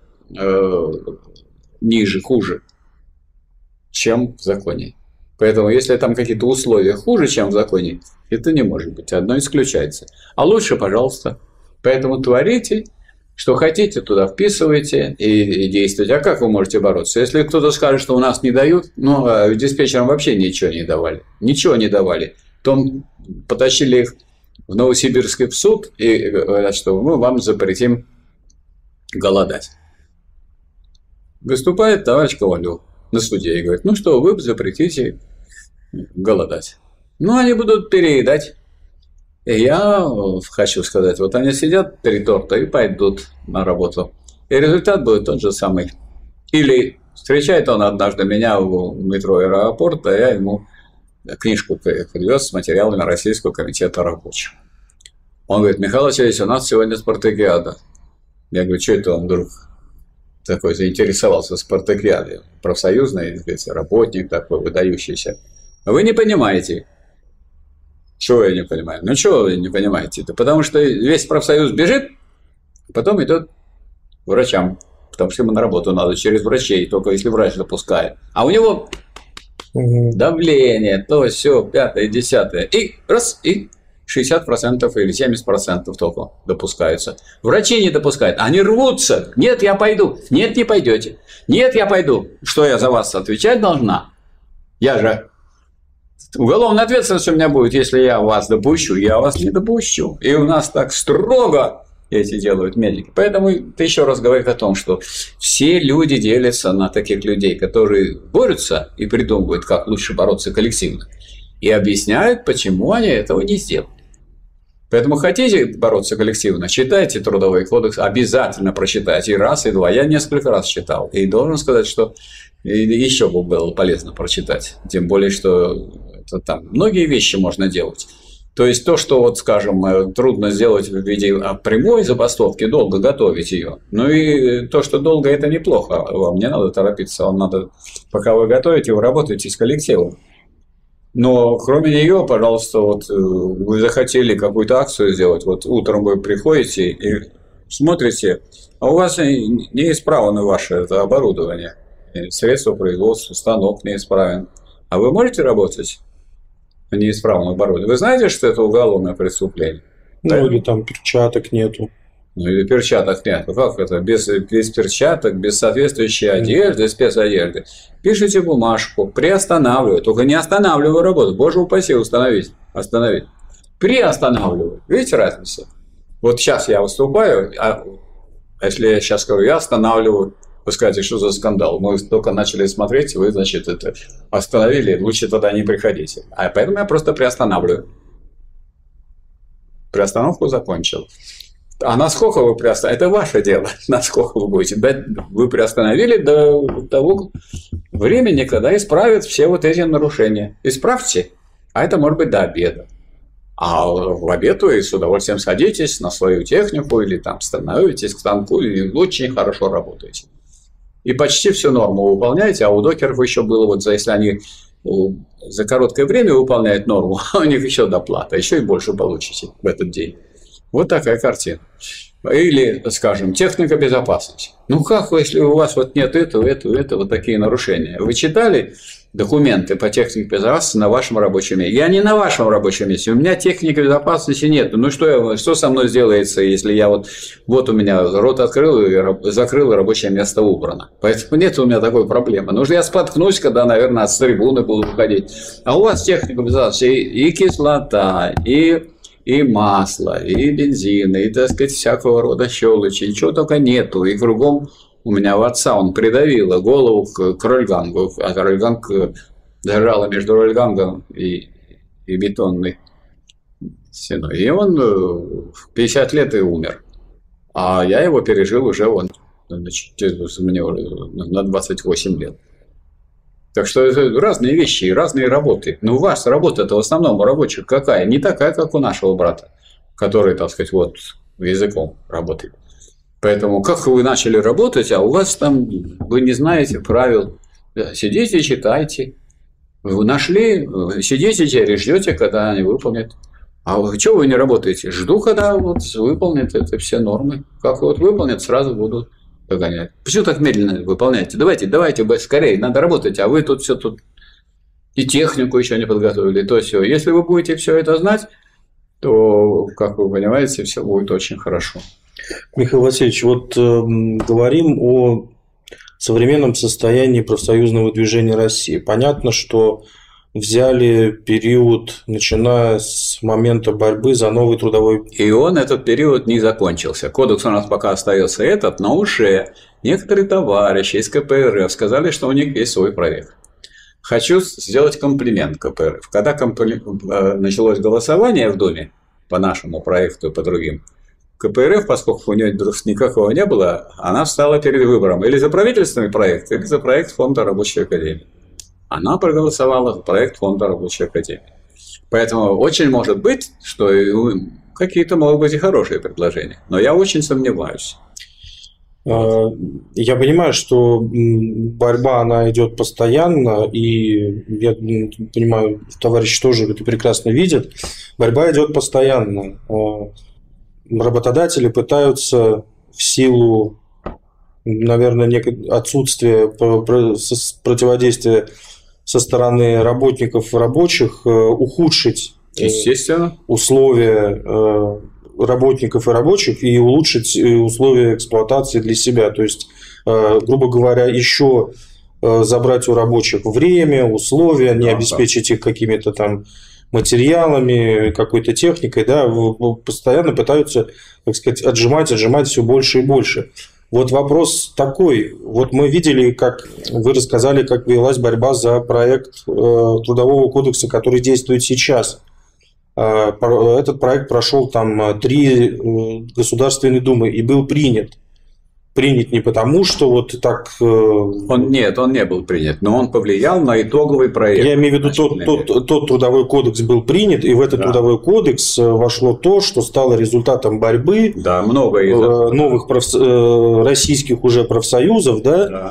ниже, хуже, чем в законе. Поэтому, если там какие-то условия хуже, чем в законе, это не может быть. Одно исключается. А лучше, пожалуйста. Поэтому творите, что хотите, туда вписывайте и действуйте. А как вы можете бороться? Если кто-то скажет, что у нас не дают, ну, диспетчерам вообще ничего не давали. Ничего не давали. Потом потащили их в Новосибирск в суд и говорят, что мы вам запретим голодать. Выступает товарищ Ковалев на суде и говорит, ну что, вы запретите голодать. Ну, они будут переедать. И я хочу сказать, вот они сидят 3 торта и пойдут на работу. И результат будет тот же самый. Или встречает он однажды меня в метро аэропорта, а я ему книжку привез с материалами Российского комитета рабочих. Он говорит: Михаил Васильевич, у нас сегодня спартакиада. Я говорю: что это он вдруг такой заинтересовался спартакиадой? Профсоюзный, говорит, работник такой выдающийся. Вы не понимаете. Чего я не понимаю? Ну, чего вы не понимаете? Да потому что весь профсоюз бежит, потом идет к врачам. Потому что ему на работу надо через врачей, только если врач допускает. А у него давление, то все, 5-е, 10-е. И раз, и 60% или 70% только допускаются. Врачи не допускают. Они рвутся. Нет, я пойду. Нет, не пойдете. Нет, я пойду. Что я за вас отвечать должна? Я же... Уголовная ответственность у меня будет, если я вас допущу. Я вас не допущу. И у нас так строго эти делают медики. Поэтому ты еще раз говоришь о том, что все люди делятся на таких людей, которые борются и придумывают, как лучше бороться коллективно, и объясняют, почему они этого не сделали. Поэтому хотите бороться коллективно, читайте Трудовой кодекс, обязательно прочитайте и раз, и два. Я несколько раз читал, и должен сказать, что еще бы было полезно прочитать. Тем более, что там многие вещи можно делать. То есть то, что, вот, скажем, трудно сделать в виде прямой забастовки, долго готовить ее. Ну и то, что долго, это неплохо. Вам не надо торопиться, вам надо, пока вы готовите, вы работаете с коллективом. Но кроме нее, пожалуйста, вот вы захотели какую-то акцию сделать, вот утром вы приходите и смотрите, а у вас неисправно ваше это оборудование, средства производства, станок неисправен. А вы можете работать на неисправном оборудовании? Вы знаете, что это уголовное преступление? Ну, да? Или там перчаток нету. Ну, или перчаток нет. Как это? Без перчаток, без соответствующей одежды, спецодежды. Пишите бумажку, приостанавливаю. Только не останавливаю работу. Боже упаси, остановить. Приостанавливаю. Видите разницу? Вот сейчас я выступаю, а если я сейчас скажу, я останавливаю, вы скажете, что за скандал? Мы только начали смотреть, вы, значит, это остановили, лучше тогда не приходите. А поэтому я просто приостанавливаю. Приостановку закончил. А насколько вы приостановили? Это ваше дело, насколько вы будете. Вы приостановили до того времени, когда исправят все вот эти нарушения. Исправьте, а это может быть до обеда. А в обед вы с удовольствием садитесь на свою технику или там становитесь к станку и очень хорошо работаете. И почти всю норму выполняете, а у докеров еще было, вот если они за короткое время выполняют норму, у них еще доплата, еще и больше получите в этот день. Вот такая картина. Или, скажем, техника безопасности. Ну как, если у вас вот нет этого, вот такие нарушения? Вы читали документы по технике безопасности на вашем рабочем месте? Я не на вашем рабочем месте, у меня техники безопасности нет. Ну что со мной сделается, если я вот у меня рот открыл и закрыл, и рабочее место убрано? Поэтому нет у меня такой проблемы. Нужно я споткнусь, когда, наверное, с трибуны буду выходить. А у вас техника безопасности и кислота, и масло, и бензин, и, так сказать, всякого рода щелочи, ничего только нету. И кругом у меня у отца он придавило голову к рольгангу, а рольганг зажало между рольгангом и бетонной стеной. И он в 50 лет и умер. А я его пережил уже мне на 28 лет. Так что это разные вещи и разные работы. Но у вас работа-то в основном у рабочих какая? Не такая, как у нашего брата, который, так сказать, вот языком работает. Поэтому как вы начали работать, а у вас там, вы не знаете правил. Сидите, читайте. Вы нашли, сидите и ждете, когда они выполнят. А чего вы не работаете? Жду, когда вот выполнят это все нормы. Как вот выполнят, сразу будут погонять. Почему так медленно выполняете? Давайте скорее, надо работать, а вы тут и технику еще не подготовили, то все. Если вы будете все это знать, то, как вы понимаете, все будет очень хорошо. Михаил Васильевич, вот говорим о современном состоянии профсоюзного движения России. Понятно, что взяли период, начиная с момента борьбы за новый трудовой... И этот период не закончился. Кодекс у нас пока остается этот, но уже некоторые товарищи из КПРФ сказали, что у них есть свой проект. Хочу сделать комплимент КПРФ. Когда началось голосование в Думе по нашему проекту и по другим, КПРФ, поскольку у нее никакого не было, она встала перед выбором или за правительственный проект, или за проект Фонда Рабочей Академии. она проголосовала за проект Фонда Рабочей Академии. Поэтому очень может быть, что какие-то могут быть и хорошие предложения. Но я очень сомневаюсь. Я понимаю, что борьба, она идет постоянно, и я понимаю, товарищи тоже это прекрасно видят. Борьба идет постоянно. Работодатели пытаются в силу, наверное, отсутствия противодействия со стороны работников и рабочих ухудшить условия работников и рабочих и улучшить условия эксплуатации для себя. То есть, грубо говоря, еще забрать у рабочих время, условия, не обеспечить их какими-то там материалами, какой-то техникой, да, постоянно пытаются, так сказать, отжимать все больше и больше. Вот вопрос такой. Вот мы видели, как вы рассказали, как велась борьба за проект Трудового кодекса, который действует сейчас. Этот проект прошел там 3 Государственной Думы и был принят. Принят не потому, что вот так... Он не был принят, но он повлиял на итоговый проект. Я имею в виду, тот Трудовой кодекс был принят, и в этот Трудовой кодекс вошло то, что стало результатом борьбы новых российских уже профсоюзов, да?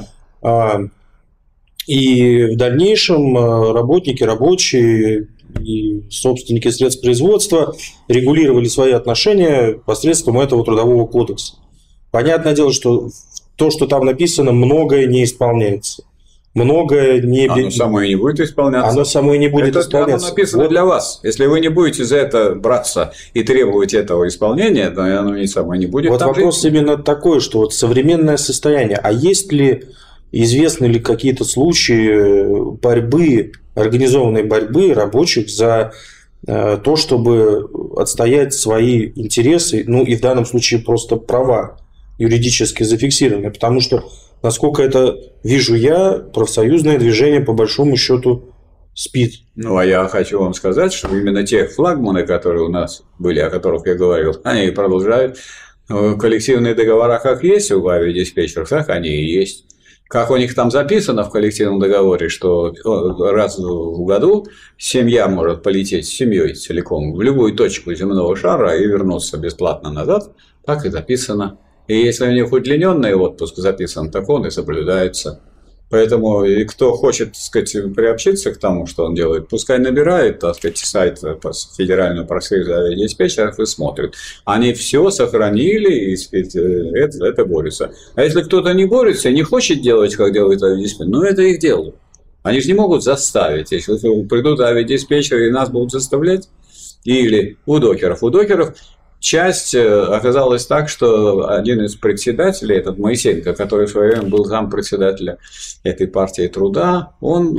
И в дальнейшем работники, рабочие и собственники средств производства регулировали свои отношения посредством этого Трудового кодекса. Понятное дело, что то, что там написано, многое не исполняется. Многое не... Оно само и не будет исполняться. Оно само и не будет исполняться. Оно написано для вас. Если вы не будете за это браться и требовать этого исполнения, то оно и само не будет. Вот вопрос именно такой, что вот современное состояние. А есть ли, известны ли какие-то случаи борьбы, организованной борьбы рабочих за то, чтобы отстоять свои интересы, ну и в данном случае просто права юридически зафиксированные, потому что, насколько это вижу я, профсоюзное движение по большому счету спит. Ну, а я хочу вам сказать, что именно те флагманы, которые у нас были, о которых я говорил, они продолжают. Коллективные договора как есть у авиадиспетчеров, так они и есть. Как у них там записано в коллективном договоре, что раз в году семья может полететь с семьей целиком в любую точку земного шара и вернуться бесплатно назад, так и записано. И если у них удлиненный отпуск записан, так он и соблюдается. Поэтому и кто хочет, так сказать, приобщиться к тому, что он делает, пускай набирает, так сказать, сайт Федерального профсоюза авиадиспетчеров и смотрит. Они все сохранили и, сказать, это борются. А если кто-то не борется и не хочет делать, как делают авиадиспетчеры, ну это их дело. Они же не могут заставить. Если придут авиадиспетчеры и нас будут заставлять, или у докеров. У докеров часть оказалась так, что один из председателей, этот Моисеенко, который в свое время был зампредседателя этой партии труда, он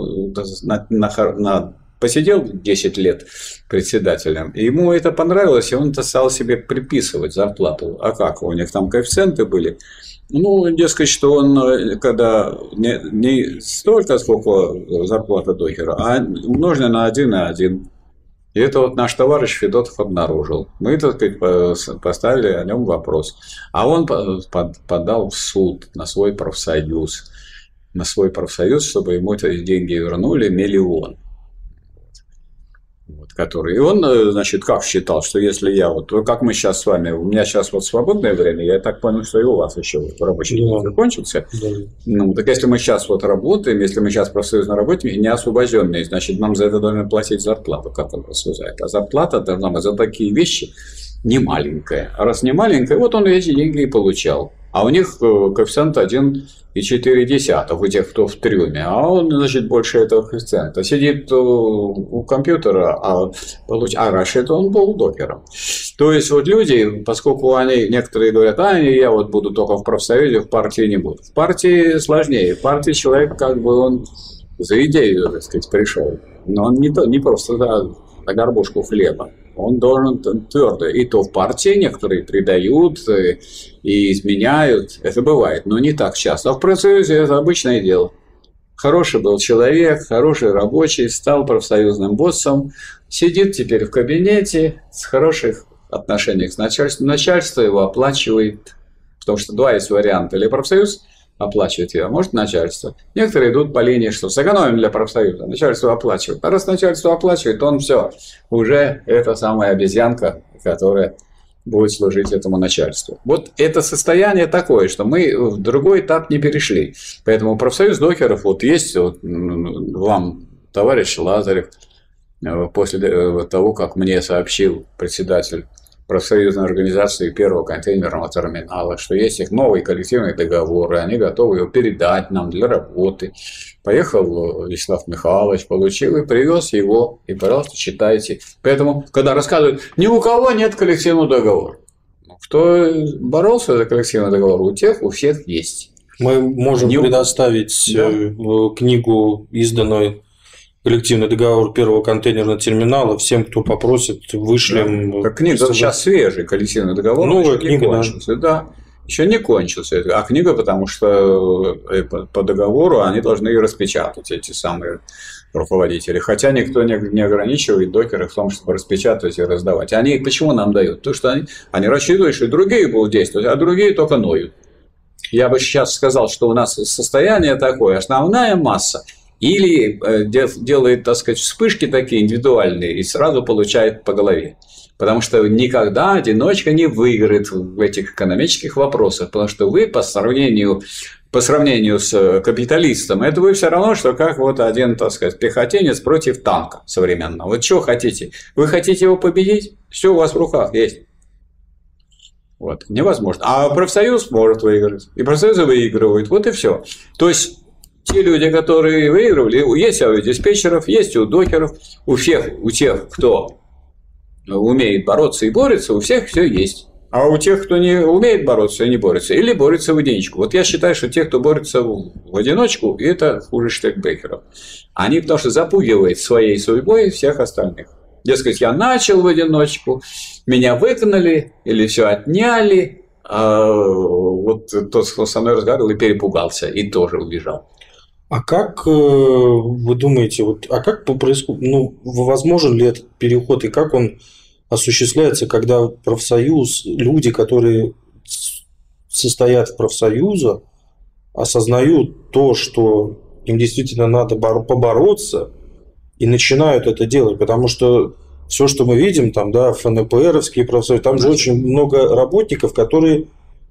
посидел 10 лет председателем, и ему это понравилось, и он стал себе приписывать зарплату. А как? У них там коэффициенты были. Ну, дескать, что он, когда не столько, сколько зарплата докера, а умножено на 1,1. И это вот наш товарищ Федотов обнаружил. Мы, так сказать, поставили о нем вопрос. А он подал в суд на свой профсоюз. Чтобы ему эти деньги вернули, 1 миллион. Вот, который... И он, значит, как считал, что если я вот, как мы сейчас с вами, у меня сейчас вот свободное время, я так понял, что и у вас еще рабочий день закончился. Ну, так если мы сейчас вот работаем, если мы сейчас профсоюзно работаем, не освобожденные, значит, нам за это должны платить зарплату, как он рассуждает. А зарплата должна быть за такие вещи не маленькая. А раз не маленькая, вот он эти деньги и получал. А у них коэффициент 1,4 у тех, кто в трюме, а он, значит, больше этого коэффициента. Сидит у компьютера, а раньше это он был докером. То есть, вот люди, поскольку они, некоторые говорят, я вот буду только в профсоюзе, в партии не буду. В партии сложнее. В партии человек, как бы, он за идею, так сказать, пришел. Но он не просто за горбушку хлеба. Он должен твердо. И то в партии некоторые предают и изменяют. Это бывает, но не так часто. А в профсоюзе это обычное дело. Хороший был человек, хороший рабочий, стал профсоюзным боссом, сидит теперь в кабинете с хороших отношениях с начальством. Начальство его оплачивает. Потому что два есть варианта. Или профсоюз оплачивает ее, а может начальство. Некоторые идут по линии, что сэкономим для профсоюза, начальство оплачивает. А раз начальство оплачивает, он все, уже это самая обезьянка, которая будет служить этому начальству. Вот это состояние такое, что мы в другой этап не перешли. Поэтому профсоюз докеров, вот есть вот, вам товарищ Лазарев, после того, как мне сообщил председатель профсоюзной организации первого контейнерного терминала, что есть их новый коллективный договор, и они готовы его передать нам для работы. Поехал Вячеслав Михайлович, получил и привез его, и, пожалуйста, читайте. Поэтому, когда рассказывают, ни у кого нет коллективного договора. Кто боролся за коллективный договор, у тех, у всех есть. Мы можем предоставить книгу, изданную коллективный договор первого контейнерного терминала, всем, кто попросит, вышлем. Да. Книга сейчас свежий коллективный договор, новая еще книга, не кончился. Да. Еще не кончился. А книга, потому что по договору они должны ее распечатать, эти самые руководители. Хотя никто не ограничивает докеров в том, чтобы распечатывать и раздавать. Они почему нам дают? Потому что они рассчитывают, что и другие будут действовать, а другие только ноют. Я бы сейчас сказал, что у нас состояние такое, основная масса или делает, так сказать, вспышки такие индивидуальные и сразу получает по голове. Потому что никогда одиночка не выиграет в этих экономических вопросах, потому что вы по сравнению с капиталистом, это вы все равно, что как вот один, так сказать, пехотинец против танка современного. Вот что хотите? Вы хотите его победить? Все у вас в руках есть. Вот. Невозможно. А профсоюз может выиграть. И профсоюзы выигрывают. Вот и все. То есть те люди, которые выигрывали, есть у диспетчеров, есть у докеров, у тех, кто умеет бороться и борется, у всех все есть. А у тех, кто не умеет бороться и не борется, или борется в одиночку. Вот я считаю, что те, кто борется в одиночку, это хуже штекбекеров. Они потому что запугивают своей судьбой всех остальных. Дескать, я начал в одиночку, меня выгнали или все отняли. А вот тот, кто со мной разговаривал, и перепугался, и тоже убежал. А как вы думаете, как происходит, возможен ли этот переход и как он осуществляется, когда профсоюз, люди, которые состоят в профсоюзе, осознают то, что им действительно надо побороться, и начинают это делать, потому что все, что мы видим, там, да, ФНПРовские профсоюзы, там же очень много работников, которые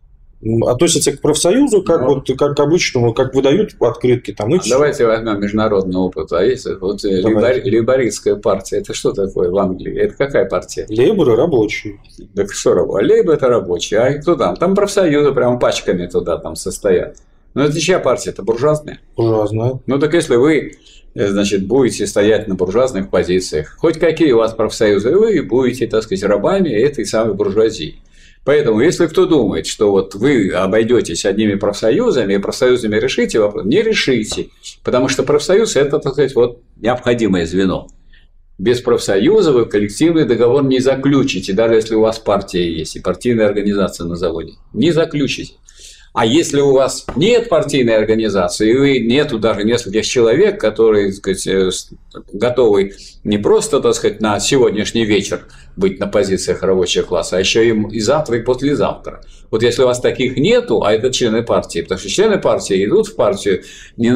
относятся к профсоюзу как к обычному, как выдают открытки. Там, давайте возьмем международный опыт. А есть вот лейбористская партия, это что такое в Англии? Это какая партия? Лейборы рабочие. Так что рабочие? Лейбор это рабочие. А кто там? Там профсоюзы прям пачками туда там состоят. Но это чья партия? Это буржуазная? Буржуазная. Ну так если вы, значит, будете стоять на буржуазных позициях, хоть какие у вас профсоюзы, вы будете, так сказать, рабами этой самой буржуазии. Поэтому, если кто думает, что вот вы обойдетесь одними профсоюзами и профсоюзами решите вопрос, не решите, потому что профсоюз – это, так сказать, вот необходимое звено. Без профсоюза вы коллективный договор не заключите, даже если у вас партия есть и партийная организация на заводе. Не заключите. А если у вас нет партийной организации, и нету даже нескольких человек, которые, так сказать, готовы не просто, так сказать, на сегодняшний вечер быть на позициях рабочего класса, а еще и завтра, и послезавтра. Вот если у вас таких нету, а это члены партии, потому что члены партии идут в партию не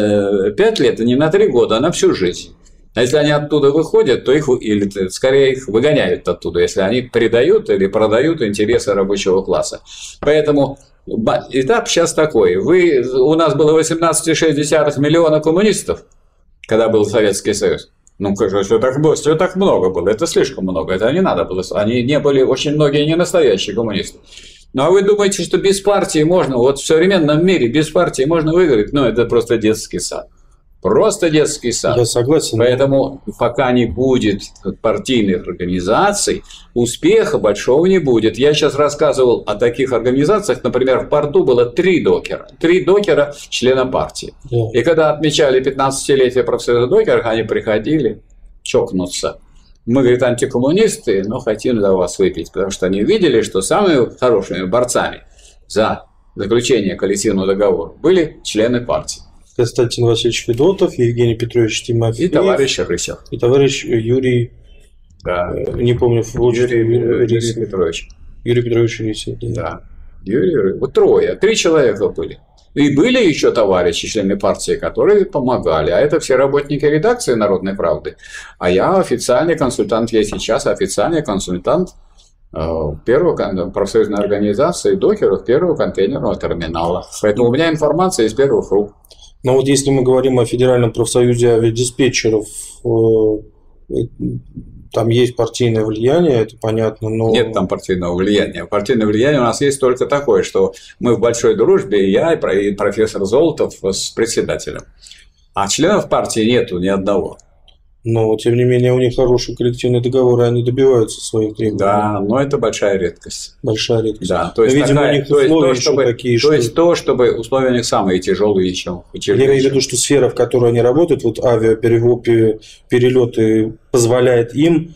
на 5 лет, и не на 3 года, а на всю жизнь. А если они оттуда выходят, то или скорее их выгоняют оттуда, если они предают или продают интересы рабочего класса. Поэтому этап сейчас такой. У нас было 18,6 миллиона коммунистов, когда был Советский Союз. Ну, что так много было? Это слишком много, это не надо было. Они не были, очень многие не настоящие коммунисты. Ну, а вы думаете, что без партии можно, вот в современном мире без партии можно выиграть? Ну, это просто детский сад. Просто детский сад. Я согласен. Поэтому пока не будет партийных организаций, успеха большого не будет. Я сейчас рассказывал о таких организациях. Например, в порту было 3 докера. 3 докера члена партии. Да. И когда отмечали 15-летие профсоюза докеров, они приходили чокнуться. Мы, говорит, антикоммунисты, но хотим за вас выпить. Потому что они видели, что самыми хорошими борцами за заключение коллективного договора были члены партии. Константин Васильевич Федотов, Евгений Петрович Тимофеев. И товарищ Рысев. И товарищ Юрий, не помню, Юрий Петрович. Юрий Петрович Рысев. Да. Юрий, вот 3 человека были. И были еще товарищи, члены партии, которые помогали. А это все работники редакции «Народной правды». А я официальный консультант, я сейчас официальный консультант первого профсоюзной организации докеров первого контейнерного терминала. Поэтому у меня информация из первых рук. Но вот если мы говорим о Федеральном профсоюзе авиадиспетчеров, там есть партийное влияние, это понятно, но... Нет там партийного влияния. Партийное влияние у нас есть только такое, что мы в большой дружбе, я и профессор Золотов с председателем. А членов партии нету ни одного. Но, тем не менее, у них хороший коллективный договор, и они добиваются своих требований. Да, но это большая редкость. Большая редкость. Да, то есть, видимо, у них условия такие, что... То есть, чтобы условия у них самые тяжелые, чем... Я имею в виду, что сфера, в которой они работают, вот авиаперелеты, позволяет им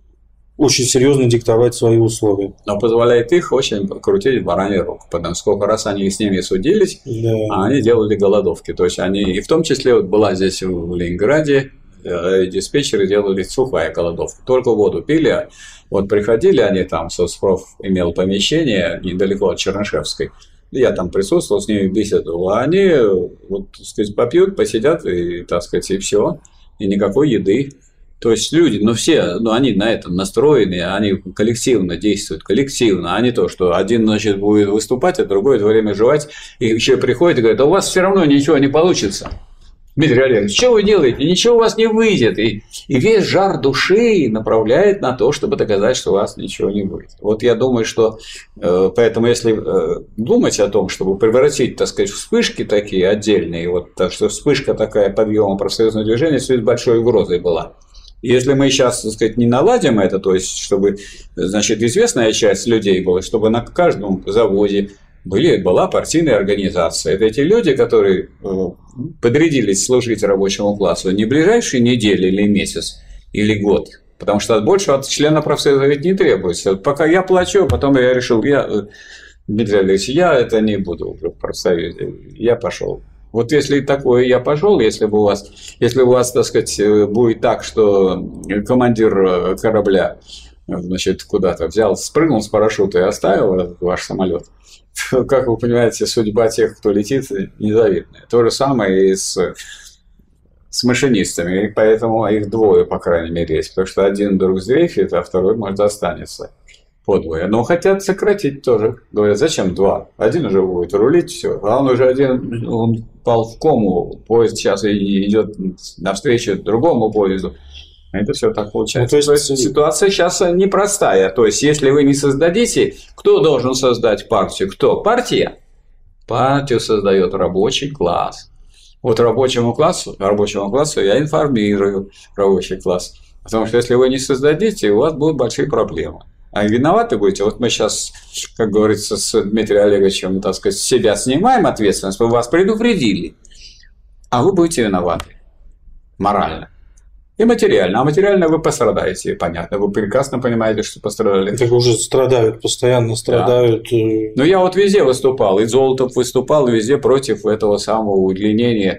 очень серьезно диктовать свои условия. Но позволяет их очень крутить в баранью руку, потому что сколько раз они с ними судились, да. А они делали голодовки. То есть, они, и в том числе, вот была здесь в Ленинграде, диспетчеры делали сухая голодовка. Только воду пили. Вот приходили они там, соцпроф имел помещение недалеко от Чернышевской. Я там присутствовал, с ними беседовал. А они, вот, так сказать, попьют, посидят и, так сказать, и все. И никакой еды. То есть люди, они на этом настроены, они коллективно действуют, коллективно, а не то, что один, значит, будет выступать, а другой в это время жевать, и еще приходит и говорит, а у вас все равно ничего не получится. Дмитрий Олегович, что вы делаете? Ничего у вас не выйдет. И весь жар души направляет на то, чтобы доказать, что у вас ничего не будет. Вот я думаю, что поэтому если думать о том, чтобы превратить, так сказать, вспышки такие отдельные, вот так что вспышка такая подъема профсоюзного движения с большой угрозой была. Если мы сейчас, так сказать, не наладим это, то есть чтобы, значит, известная часть людей была, чтобы на каждом заводе была партийная организация. Это эти люди, которые подрядились служить рабочему классу не ближайшие недели или месяц, или год. Потому что больше от члена профсоюза ведь не требуется. Вот пока я плачу, потом я решил, Дмитрий Олегович, я это не буду уже в профсоюзе, я пошел. Вот если такое я пошел, если у вас, так сказать, будет так, что командир корабля, значит, куда-то взял, спрыгнул с парашюта и оставил ваш самолет, как вы понимаете, судьба тех, кто летит, незавидная. То же самое и с машинистами, и поэтому их двое, по крайней мере, есть, потому что один вдруг сдрейфит, а второй, может, останется подвое. Но хотят сократить тоже. Говорят, зачем два? Один уже будет рулить, все. А он уже один, он пал в кому, поезд сейчас идет навстречу другому поезду. Это все так получается. То есть ситуация сейчас непростая. То есть, если вы не создадите, кто должен создать партию? Кто? Партия? Партию создает рабочий класс. Вот рабочему классу я информирую рабочий класс. Потому что если вы не создадите, у вас будут большие проблемы. А виноваты будете. Вот мы сейчас, как говорится, с Дмитрием Олеговичем, так сказать, с себя снимаем ответственность, мы вас предупредили. А вы будете виноваты. Морально. И материально. А материально вы пострадаете, понятно. Вы прекрасно понимаете, что пострадали. Так уже страдают, постоянно страдают. Да. Но я вот везде выступал. И Золотов выступал везде против этого самого удлинения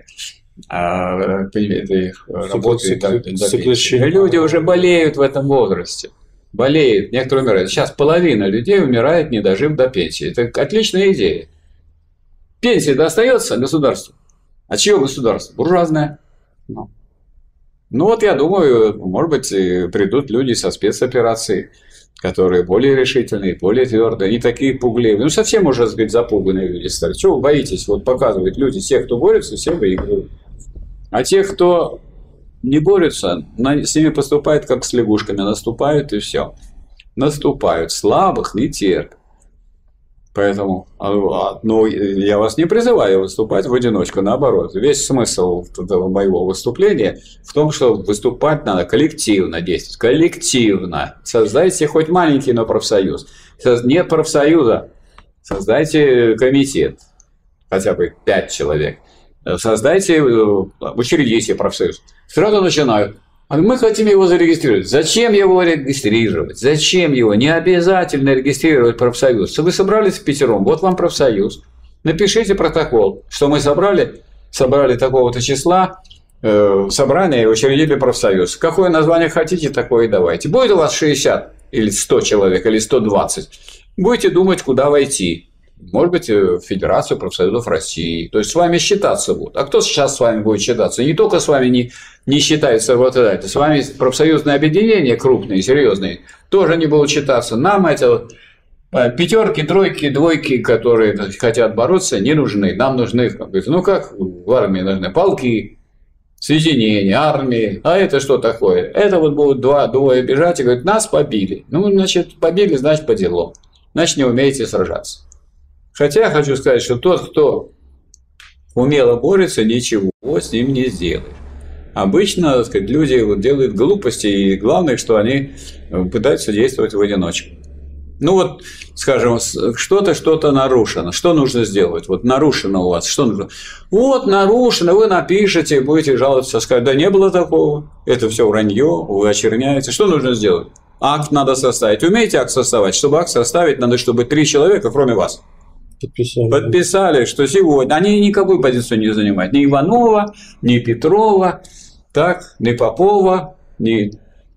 этой работы. Люди уже болеют в этом возрасте. Болеют, некоторые умирают. Сейчас половина людей умирает, не дожив до пенсии. Это отличная идея. Пенсия достается государству. А чье государство? Буржуазное. Ну вот я думаю, может быть, придут люди со спецоперацией, которые более решительные, более твердые, не такие пугливые. Ну, совсем уже, так сказать, запуганные люди стали. Чего вы боитесь? Вот показывают люди, те, кто борются, все выигрывают. А те, кто не борются, с ними поступают как с лягушками, наступают и все. Наступают, слабых не терпят. Поэтому я вас не призываю выступать в одиночку, наоборот. Весь смысл моего выступления в том, что выступать надо коллективно действовать. Коллективно. Создайте хоть маленький, но профсоюз. Нет профсоюза, создайте комитет. Хотя бы 5 человек. Создайте, учредите профсоюз. Сразу начинают. А мы хотим его зарегистрировать. Зачем его регистрировать? Зачем его? Не обязательно регистрировать профсоюз. Вы собрались впятером, вот вам профсоюз. Напишите протокол, что мы собрали такого-то числа, собрание и учредили профсоюз. Какое название хотите, такое и давайте. Будет у вас 60 или 100 человек, или 120. Будете думать, куда войти. может быть, в Федерацию профсоюзов России. То есть с вами считаться будут. А кто сейчас с вами будет считаться? Не только с вами не считается работодатель, с вами профсоюзные объединения крупные, серьезные, тоже не будут считаться. Нам это пятерки, тройки, двойки, которые хотят бороться, не нужны. Нам нужны, как в армии нужны полки, соединения, армии. А это что такое? Это вот будут двое бежать и говорят, нас побили. Ну, значит, побили, значит, по делу. Значит, не умеете сражаться. Хотя я хочу сказать, что тот, кто умело борется, ничего с ним не сделаешь. Обычно, так сказать, люди вот делают глупости, и главное, что они пытаются действовать в одиночку. Ну вот, скажем, что-то нарушено. Что нужно сделать? Вот нарушено у вас. Что нужно? Вот нарушено, вы напишете, будете жаловаться, сказать, да не было такого. Это все вранье, вы очерняете. Что нужно сделать? Акт надо составить. Умеете акт составить? Чтобы акт составить, надо, чтобы 3 человека, кроме вас, подписали, что сегодня. Они никакую позицию не занимают. Ни Иванова, ни Петрова, так, ни Попова, ни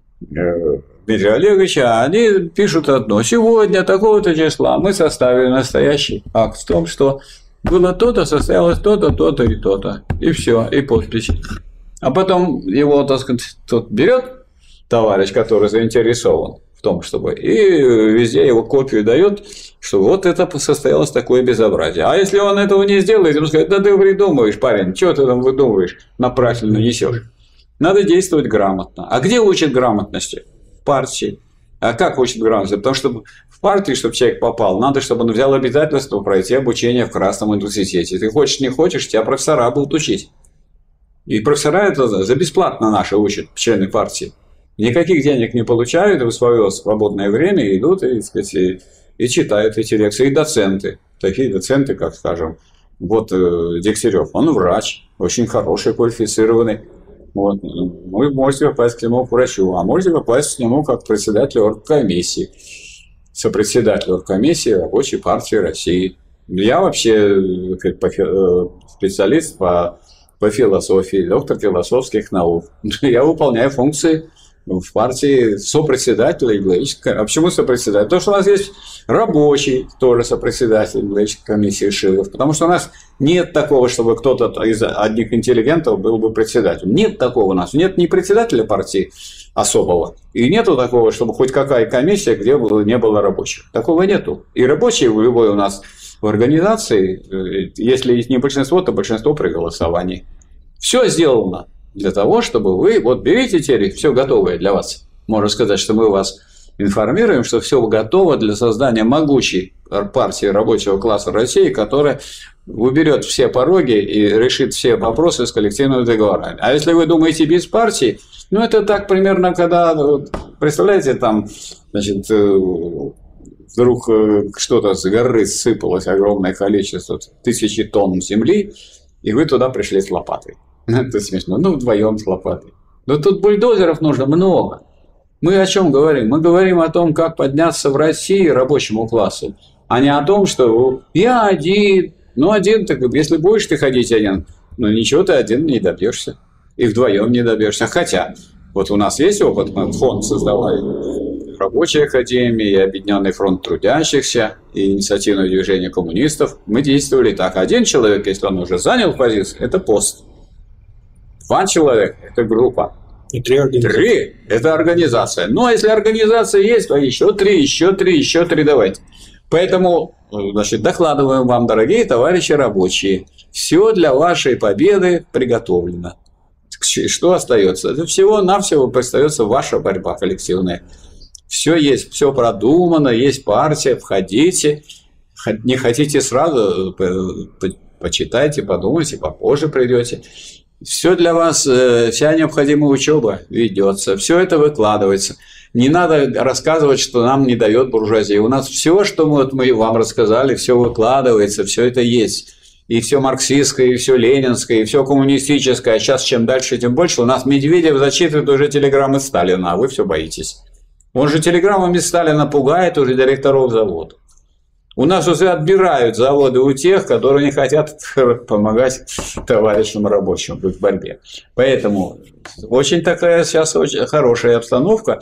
Дмитрия Олеговича. Они пишут одно. Сегодня, такого-то числа, мы составили настоящий акт в том, что было то-то, состоялось то-то, то-то и то-то. И все, и подпись. А потом его, так сказать, тот берет товарищ, который заинтересован в том, чтобы, и везде его копию дает, что вот это состоялось такое безобразие. А если он этого не сделает, ему скажет, да ты придумываешь, парень, что ты там выдумываешь, направленно несешь. Надо действовать грамотно. А где учат грамотности? В партии. А как учат грамотности? Потому что в партии, чтобы человек попал, надо, чтобы он взял обязательство пройти обучение в Красном университете. Ты хочешь, не хочешь, тебя профессора будут учить. И профессора это за бесплатно наши учат, члены партии. Никаких денег не получают, в свое свободное время идут и, так сказать, и читают эти лекции. И доценты. Такие доценты, как, скажем, вот Дегтярев, он врач, очень хороший, квалифицированный. Вот. Вы можете попасть к нему к врачу, а можете попасть к нему как председатель оргкомиссии, сопредседатель оргкомиссии Рабочей партии России. Я вообще специалист по философии, доктор философских наук. Я выполняю функции в партии сопредседателя идеологической. А почему сопредседатель? Потому что у нас есть рабочий, тоже сопредседатель идеологической комиссии Шилов. Потому что у нас нет такого, чтобы кто-то из одних интеллигентов был бы председателем. Нет такого у нас. Нет ни председателя партии особого. И нету такого, чтобы хоть какая комиссия, где не было рабочих. Такого нету. И рабочие в любой у нас в организации, если не большинство, то большинство при голосовании. Все сделано для того, чтобы вы, вот берите теперь все готовое для вас. Можно сказать, что мы вас информируем, что все готово для создания могучей партии рабочего класса России, которая уберет все пороги и решит все вопросы с коллективными договорами. А если вы думаете без партии, ну это так примерно, когда, представляете, там, значит, вдруг что-то с горы сыпалось огромное количество, тысячи тонн земли, и вы туда пришли с лопатой. Это смешно. Ну, вдвоем с лопатой. Но тут бульдозеров нужно много. Мы о чем говорим? Мы говорим о том, как подняться в России рабочему классу, а не о том, что я один. Ну, один, так если будешь ты ходить один, ну, ничего ты один не добьешься. И вдвоем не добьешься. Хотя, вот у нас есть опыт, мы фонд создавали, рабочая академия, и Объединенный фронт трудящихся, и инициативное движение коммунистов. Мы действовали так. Один человек, если он уже занял позицию, это пост. 2 человека – это группа. И 3 организации. 3 – это организация. Ну, а если организация есть, то еще 3, еще 3, еще 3 давайте. Поэтому, значит, докладываем вам, дорогие товарищи рабочие, все для вашей победы приготовлено. Что остается? Это всего-навсего остается ваша борьба коллективная. Все есть, все продумано, есть партия, входите. Не хотите сразу, почитайте, подумайте, попозже придете. Все для вас, вся необходимая учеба ведется, все это выкладывается. Не надо рассказывать, что нам не дает буржуазия. У нас все, что мы вам рассказали, все выкладывается, все это есть. И все марксистское, и все ленинское, и все коммунистическое. А сейчас чем дальше, тем больше. У нас Медведев зачитывает уже телеграммы Сталина, а вы все боитесь. Он же телеграммами Сталина пугает уже директоров завода. У нас уже отбирают заводы у тех, которые не хотят помогать товарищам рабочим в борьбе. Поэтому очень такая сейчас очень хорошая обстановка.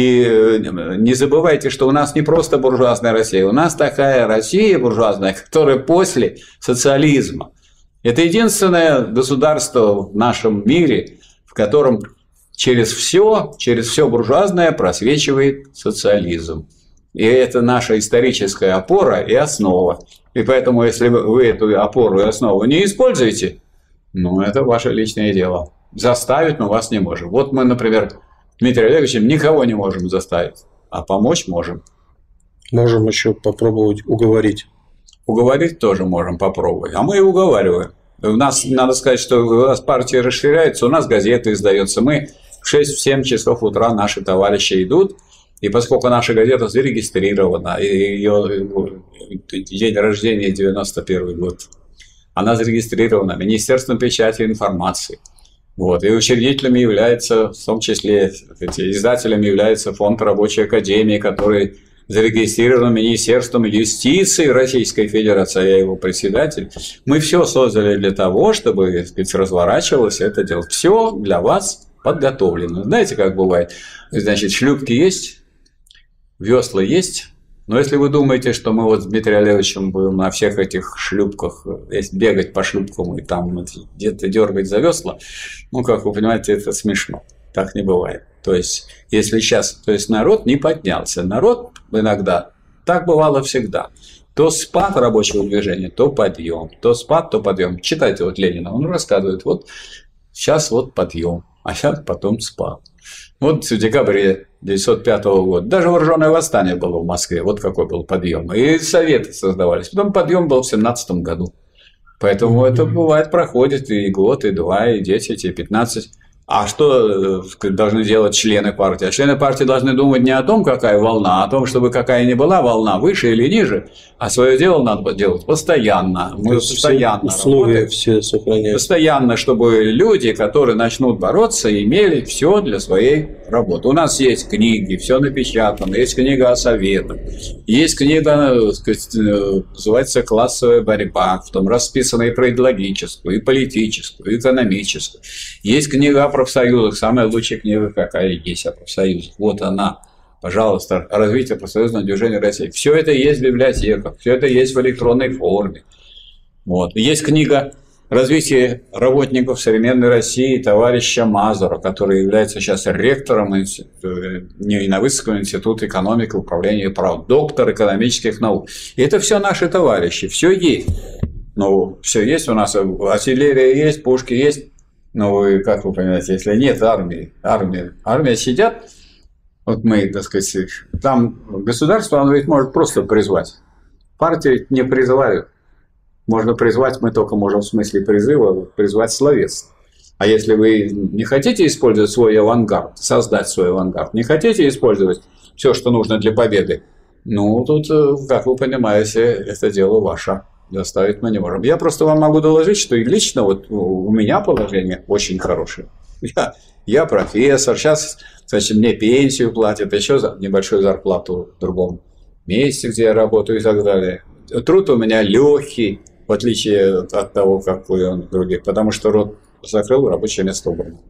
И не забывайте, что у нас не просто буржуазная Россия, у нас такая Россия буржуазная, которая после социализма. Это единственное государство в нашем мире, в котором через все буржуазное просвечивает социализм. И это наша историческая опора и основа. И поэтому, если вы эту опору и основу не используете, ну, это ваше личное дело. Заставить мы вас не можем. Вот мы, например, Дмитрием Олеговичем никого не можем заставить, а помочь можем. Можем еще попробовать уговорить. Уговорить тоже можем попробовать, а мы и уговариваем. У нас, надо сказать, что у нас партия расширяется, у нас газеты издаются. Мы в 6-7 часов утра наши товарищи идут. И поскольку наша газета зарегистрирована, и ее день рождения 91 год, она зарегистрирована Министерством печати и информации. Вот, и учредителями является, в том числе издателем является Фонд Рабочей Академии, который зарегистрирован Министерством юстиции Российской Федерации, а я его председатель. Мы все создали для того, чтобы, так сказать, разворачивалось это дело. Все для вас подготовлено. Знаете, как бывает? Значит, шлюпки есть. Весла есть, но если вы думаете, что мы вот с Дмитрием Олеговичем будем на всех этих шлюпках бегать по шлюпкам и там где-то дергать за весла, ну, как вы понимаете, это смешно. Так не бывает. То есть, если сейчас, народ не поднялся. Народ иногда, так бывало всегда. То спад рабочего движения, то подъем. То спад, то подъем. Читайте вот Ленина, он рассказывает, вот сейчас вот подъем, а сейчас потом спад. Вот в декабре 1905 года даже вооруженное восстание было в Москве, вот какой был подъем. И советы создавались. Потом подъем был в 1917 году. Поэтому это бывает, проходит и год, и 2, и 10, и 15. А что должны делать члены партии? А члены партии должны думать не о том, какая волна, а о том, чтобы какая ни была волна, выше или ниже, а свое дело надо делать постоянно. Мы постоянно условия все сохраняют. Постоянно, чтобы люди, которые начнут бороться, имели все для своей работы. У нас есть книги, все напечатано, есть книга о советах, есть книга, называется «Классовая борьба», в том расписана и про идеологическую, и политическую, и экономическую. Есть книга о профсоюзах, самая лучшая книга, какая есть о профсоюзах. Вот она, пожалуйста, развитие профсоюзного движения России. Все это есть в библиотеках, все это есть в электронной форме. Вот. Есть книга «Развитие работников современной России» товарища Мазура, который является сейчас ректором Невысокого института экономики, управления и прав, доктор экономических наук. И это все наши товарищи, все есть. Ну, все есть у нас, артиллерия есть, пушки есть. Ну, и как вы понимаете, если нет армия сидят, вот мы, так сказать, там государство, оно ведь может просто призвать. Партии не призывают. Можно призвать, мы только можем в смысле призыва призвать словесно. А если вы не хотите использовать свой авангард, создать свой авангард, не хотите использовать все, что нужно для победы, ну, тут, как вы понимаете, это дело ваше. Заставить мы не можем. Я просто вам могу доложить, что и лично вот у меня положение очень хорошее. Я профессор, сейчас, кстати, мне пенсию платят, еще небольшую зарплату в другом месте, где я работаю и так далее. Труд у меня легкий, в отличие от того, какой он других, потому что род закрыл, рабочее место убрано.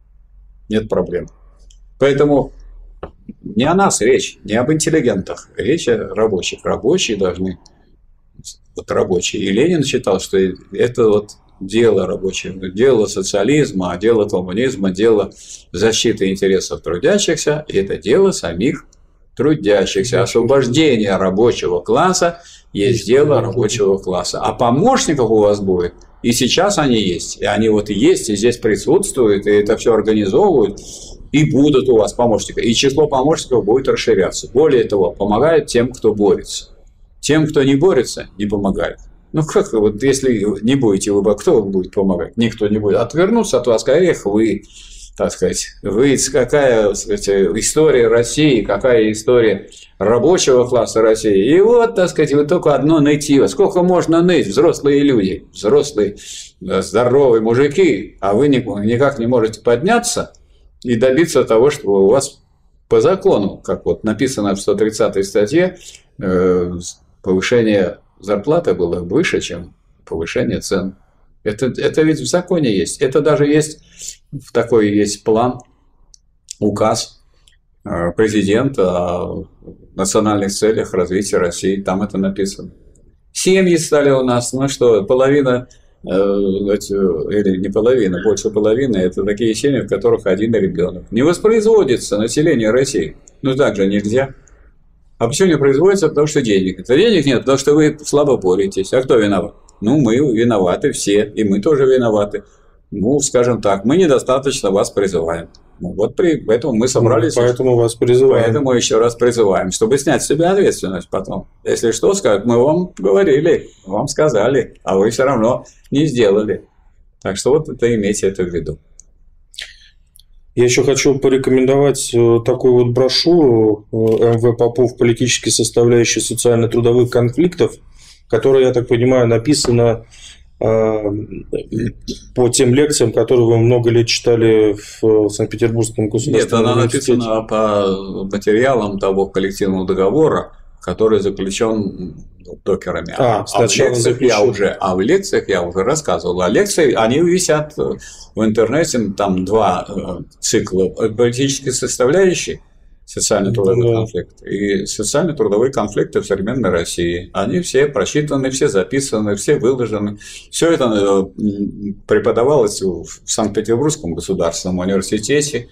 Нет проблем. Поэтому не о нас речь, не об интеллигентах, речь о рабочих. Рабочие должны... Вот рабочие. И Ленин считал, что это вот дело рабочее, дело социализма, дело коммунизма, дело защиты интересов трудящихся, и это дело самих трудящихся. Освобождение рабочего класса есть дело рабочего класса. А помощников у вас будет, и сейчас они есть, и они вот и есть, и здесь присутствуют, и это все организовывают, и будут у вас помощники. И число помощников будет расширяться. Более того, помогают тем, кто борется. Тем, кто не борется, не помогает. Ну как, вот если не будете вы, кто вам будет помогать? Никто не будет. Отвернуться от вас, эх, вы, так сказать, вы, какая, так сказать, история России, какая история рабочего класса России. И вот, так сказать, вы только одно нытье. Сколько можно ныть? Взрослые люди, взрослые, здоровые мужики, а вы никак не можете подняться и добиться того, чтобы у вас по закону, как вот написано в 130-й статье повышение зарплаты было выше, чем повышение цен. Это ведь в законе есть. Это даже есть, такой есть план, указ президента о национальных целях развития России. Там это написано. Семьи стали у нас, ну что, половина, или не половина, больше половины, это такие семьи, в которых один ребенок. Не воспроизводится население России. Ну так же нельзя. А почему не производится? Потому что денег нет. А денег нет, потому что вы слабо боретесь. А кто виноват? Ну, мы виноваты все, и мы тоже виноваты. Ну, скажем так, мы недостаточно вас призываем. Ну, вот поэтому мы собрались. Поэтому вас призываем. Поэтому еще раз призываем, чтобы снять с себя ответственность потом. Если что, скажут, мы вам говорили, вам сказали, а вы все равно не сделали. Так что вот это имейте это в виду. Я еще хочу порекомендовать такую вот брошюру М.В. Попов «Политические составляющие социально-трудовых конфликтов», которая, я так понимаю, написана по тем лекциям, которые вы много лет читали в Санкт-Петербургском государственном университете. Нет, она написана по материалам того коллективного договора, который заключен докерами. В лекциях я уже рассказывал. А лекции, они висят в интернете, там 2 цикла: политические составляющие, социально-трудовой конфликт, и социально-трудовые конфликты в современной России. Они все просчитаны, все записаны, все выложены. Все это преподавалось в Санкт-Петербургском государственном университете.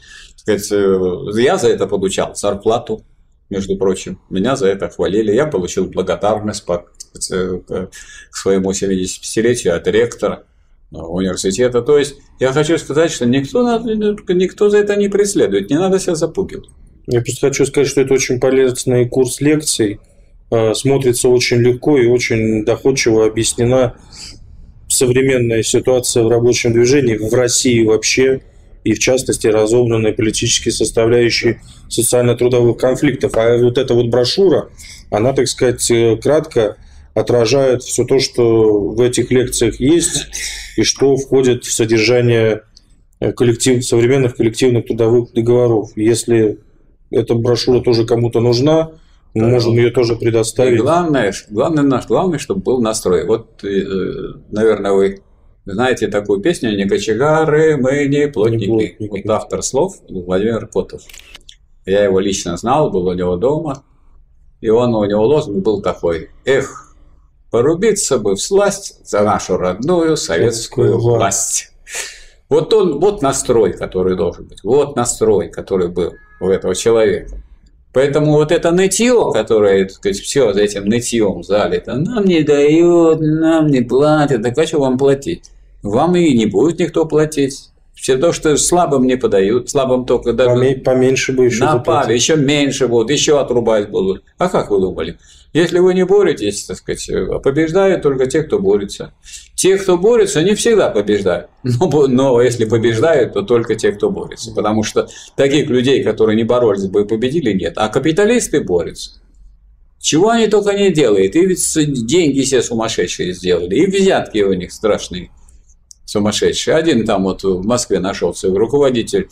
Я за это получал зарплату, между прочим. Меня за это хвалили. Я получил благодарность к своему 75-летию от ректора университета. То есть я хочу сказать, что никто за это не преследует. Не надо себя запугивать. Я просто хочу сказать, что это очень полезный курс лекций. Смотрится очень легко и очень доходчиво объяснена современная ситуация в рабочем движении, в России вообще, и в частности разобранные политические составляющие социально-трудовых конфликтов. А вот эта вот брошюра, она, так сказать, кратко отражает все то, что в этих лекциях есть и что входит в содержание современных коллективных трудовых договоров. Если эта брошюра тоже кому-то нужна, мы можем ее тоже предоставить. И главное, чтобы был настрой. Вот, наверное, вы знаете такую песню «Не кочегары, мы не плотники». Вот автор слов Владимир Котов. Я его лично знал, был у него дома. И у него лозунг был такой: «Эх, порубиться бы всласть за нашу родную советскую власть». Вот настрой, который должен быть. Вот настрой, который был у этого человека. Поэтому вот это нытье, которое, так сказать, все за этим нытьем залито, нам не дают, нам не платят, так а что вам платить? Вам и не будет никто платить. Все то, что слабым не подают, слабым только даже поменьше бы еще напали, еще меньше будут, еще отрубать будут. А как вы думали? Если вы не боретесь, так сказать, побеждают только те, кто борется. Те, кто борется, не всегда побеждают. Но если побеждают, то только те, кто борется. Потому что таких людей, которые не боролись бы и победили, нет. А капиталисты борются. Чего они только не делают. И ведь деньги все сумасшедшие сделали. И взятки у них страшные, сумасшедшие. Один там вот в Москве нашелся руководитель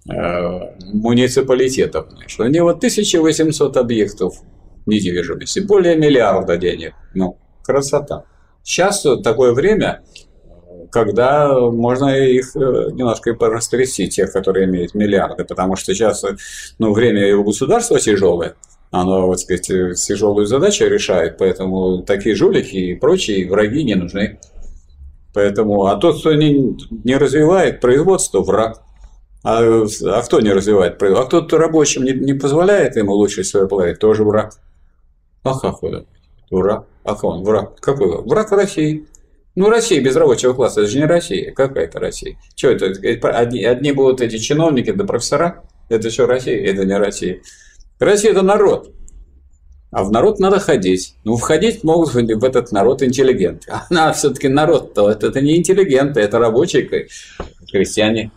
муниципалитетов. У него 1800 объектов недвижимости, более миллиарда денег. Ну, красота. Сейчас такое время, когда можно их немножко и порастрясти, тех, которые имеют миллиарды, потому что сейчас время его государства тяжелое, оно, вот сказать, тяжелую задачу решает, поэтому такие жулики и прочие враги не нужны. Поэтому, а тот, кто не развивает производство, враг. А кто не развивает производство? А кто рабочим не позволяет ему улучшить свое положение, тоже враг. А как вы? Враг. А кто он? Враг. Какой враг? Враг России. Ну, Россия без рабочего класса, это же не Россия. Какая это Россия? Что это? Одни будут эти чиновники да профессора? Это что, Россия? Это не Россия. Россия – это народ. А в народ надо ходить. Ну, входить могут в этот народ интеллигенты. А все-таки народ-то это не интеллигенты, это рабочие крестьяне.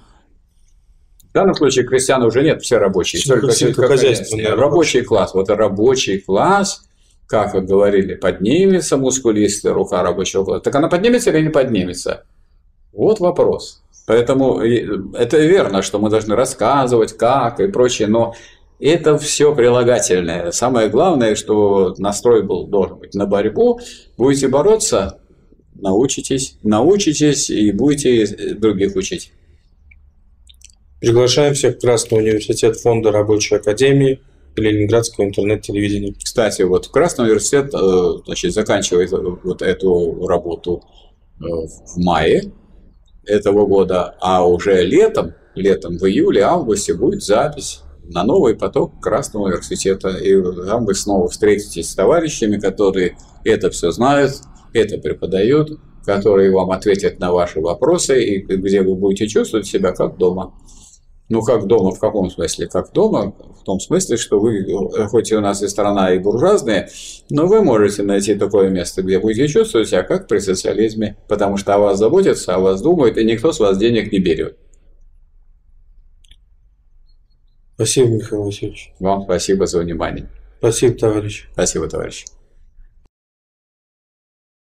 В данном случае крестьян уже нет, все рабочие. Только сельскохозяйственные. Рабочий класс. Вот рабочий класс, как вы говорили, поднимется мускулистая рука рабочего класса. Так она поднимется или не поднимется? Вот вопрос. Поэтому это верно, что мы должны рассказывать, как и прочее, но Это все прилагательное. Самое главное, что настрой должен быть на борьбу. Будете бороться, научитесь и будете других учить. Приглашаем всех в Красный университет Фонда Рабочей Академии и Ленинградского интернет-телевидения. Кстати, вот Красный университет, значит, заканчивает вот эту работу в мае этого года, а уже летом в июле-августе будет запись на новый поток Красного университета. И там вы снова встретитесь с товарищами, которые это все знают, это преподают, которые вам ответят на ваши вопросы, и где вы будете чувствовать себя как дома. Ну, как дома, в каком смысле? Как дома, в том смысле, что вы, хоть и у нас и страна, и буржуазная, но вы можете найти такое место, где будете чувствовать себя как при социализме, потому что о вас заботятся, о вас думают, и никто с вас денег не берет. Спасибо, Михаил Васильевич. Вам спасибо за внимание. Спасибо, товарищ. Спасибо, товарищ.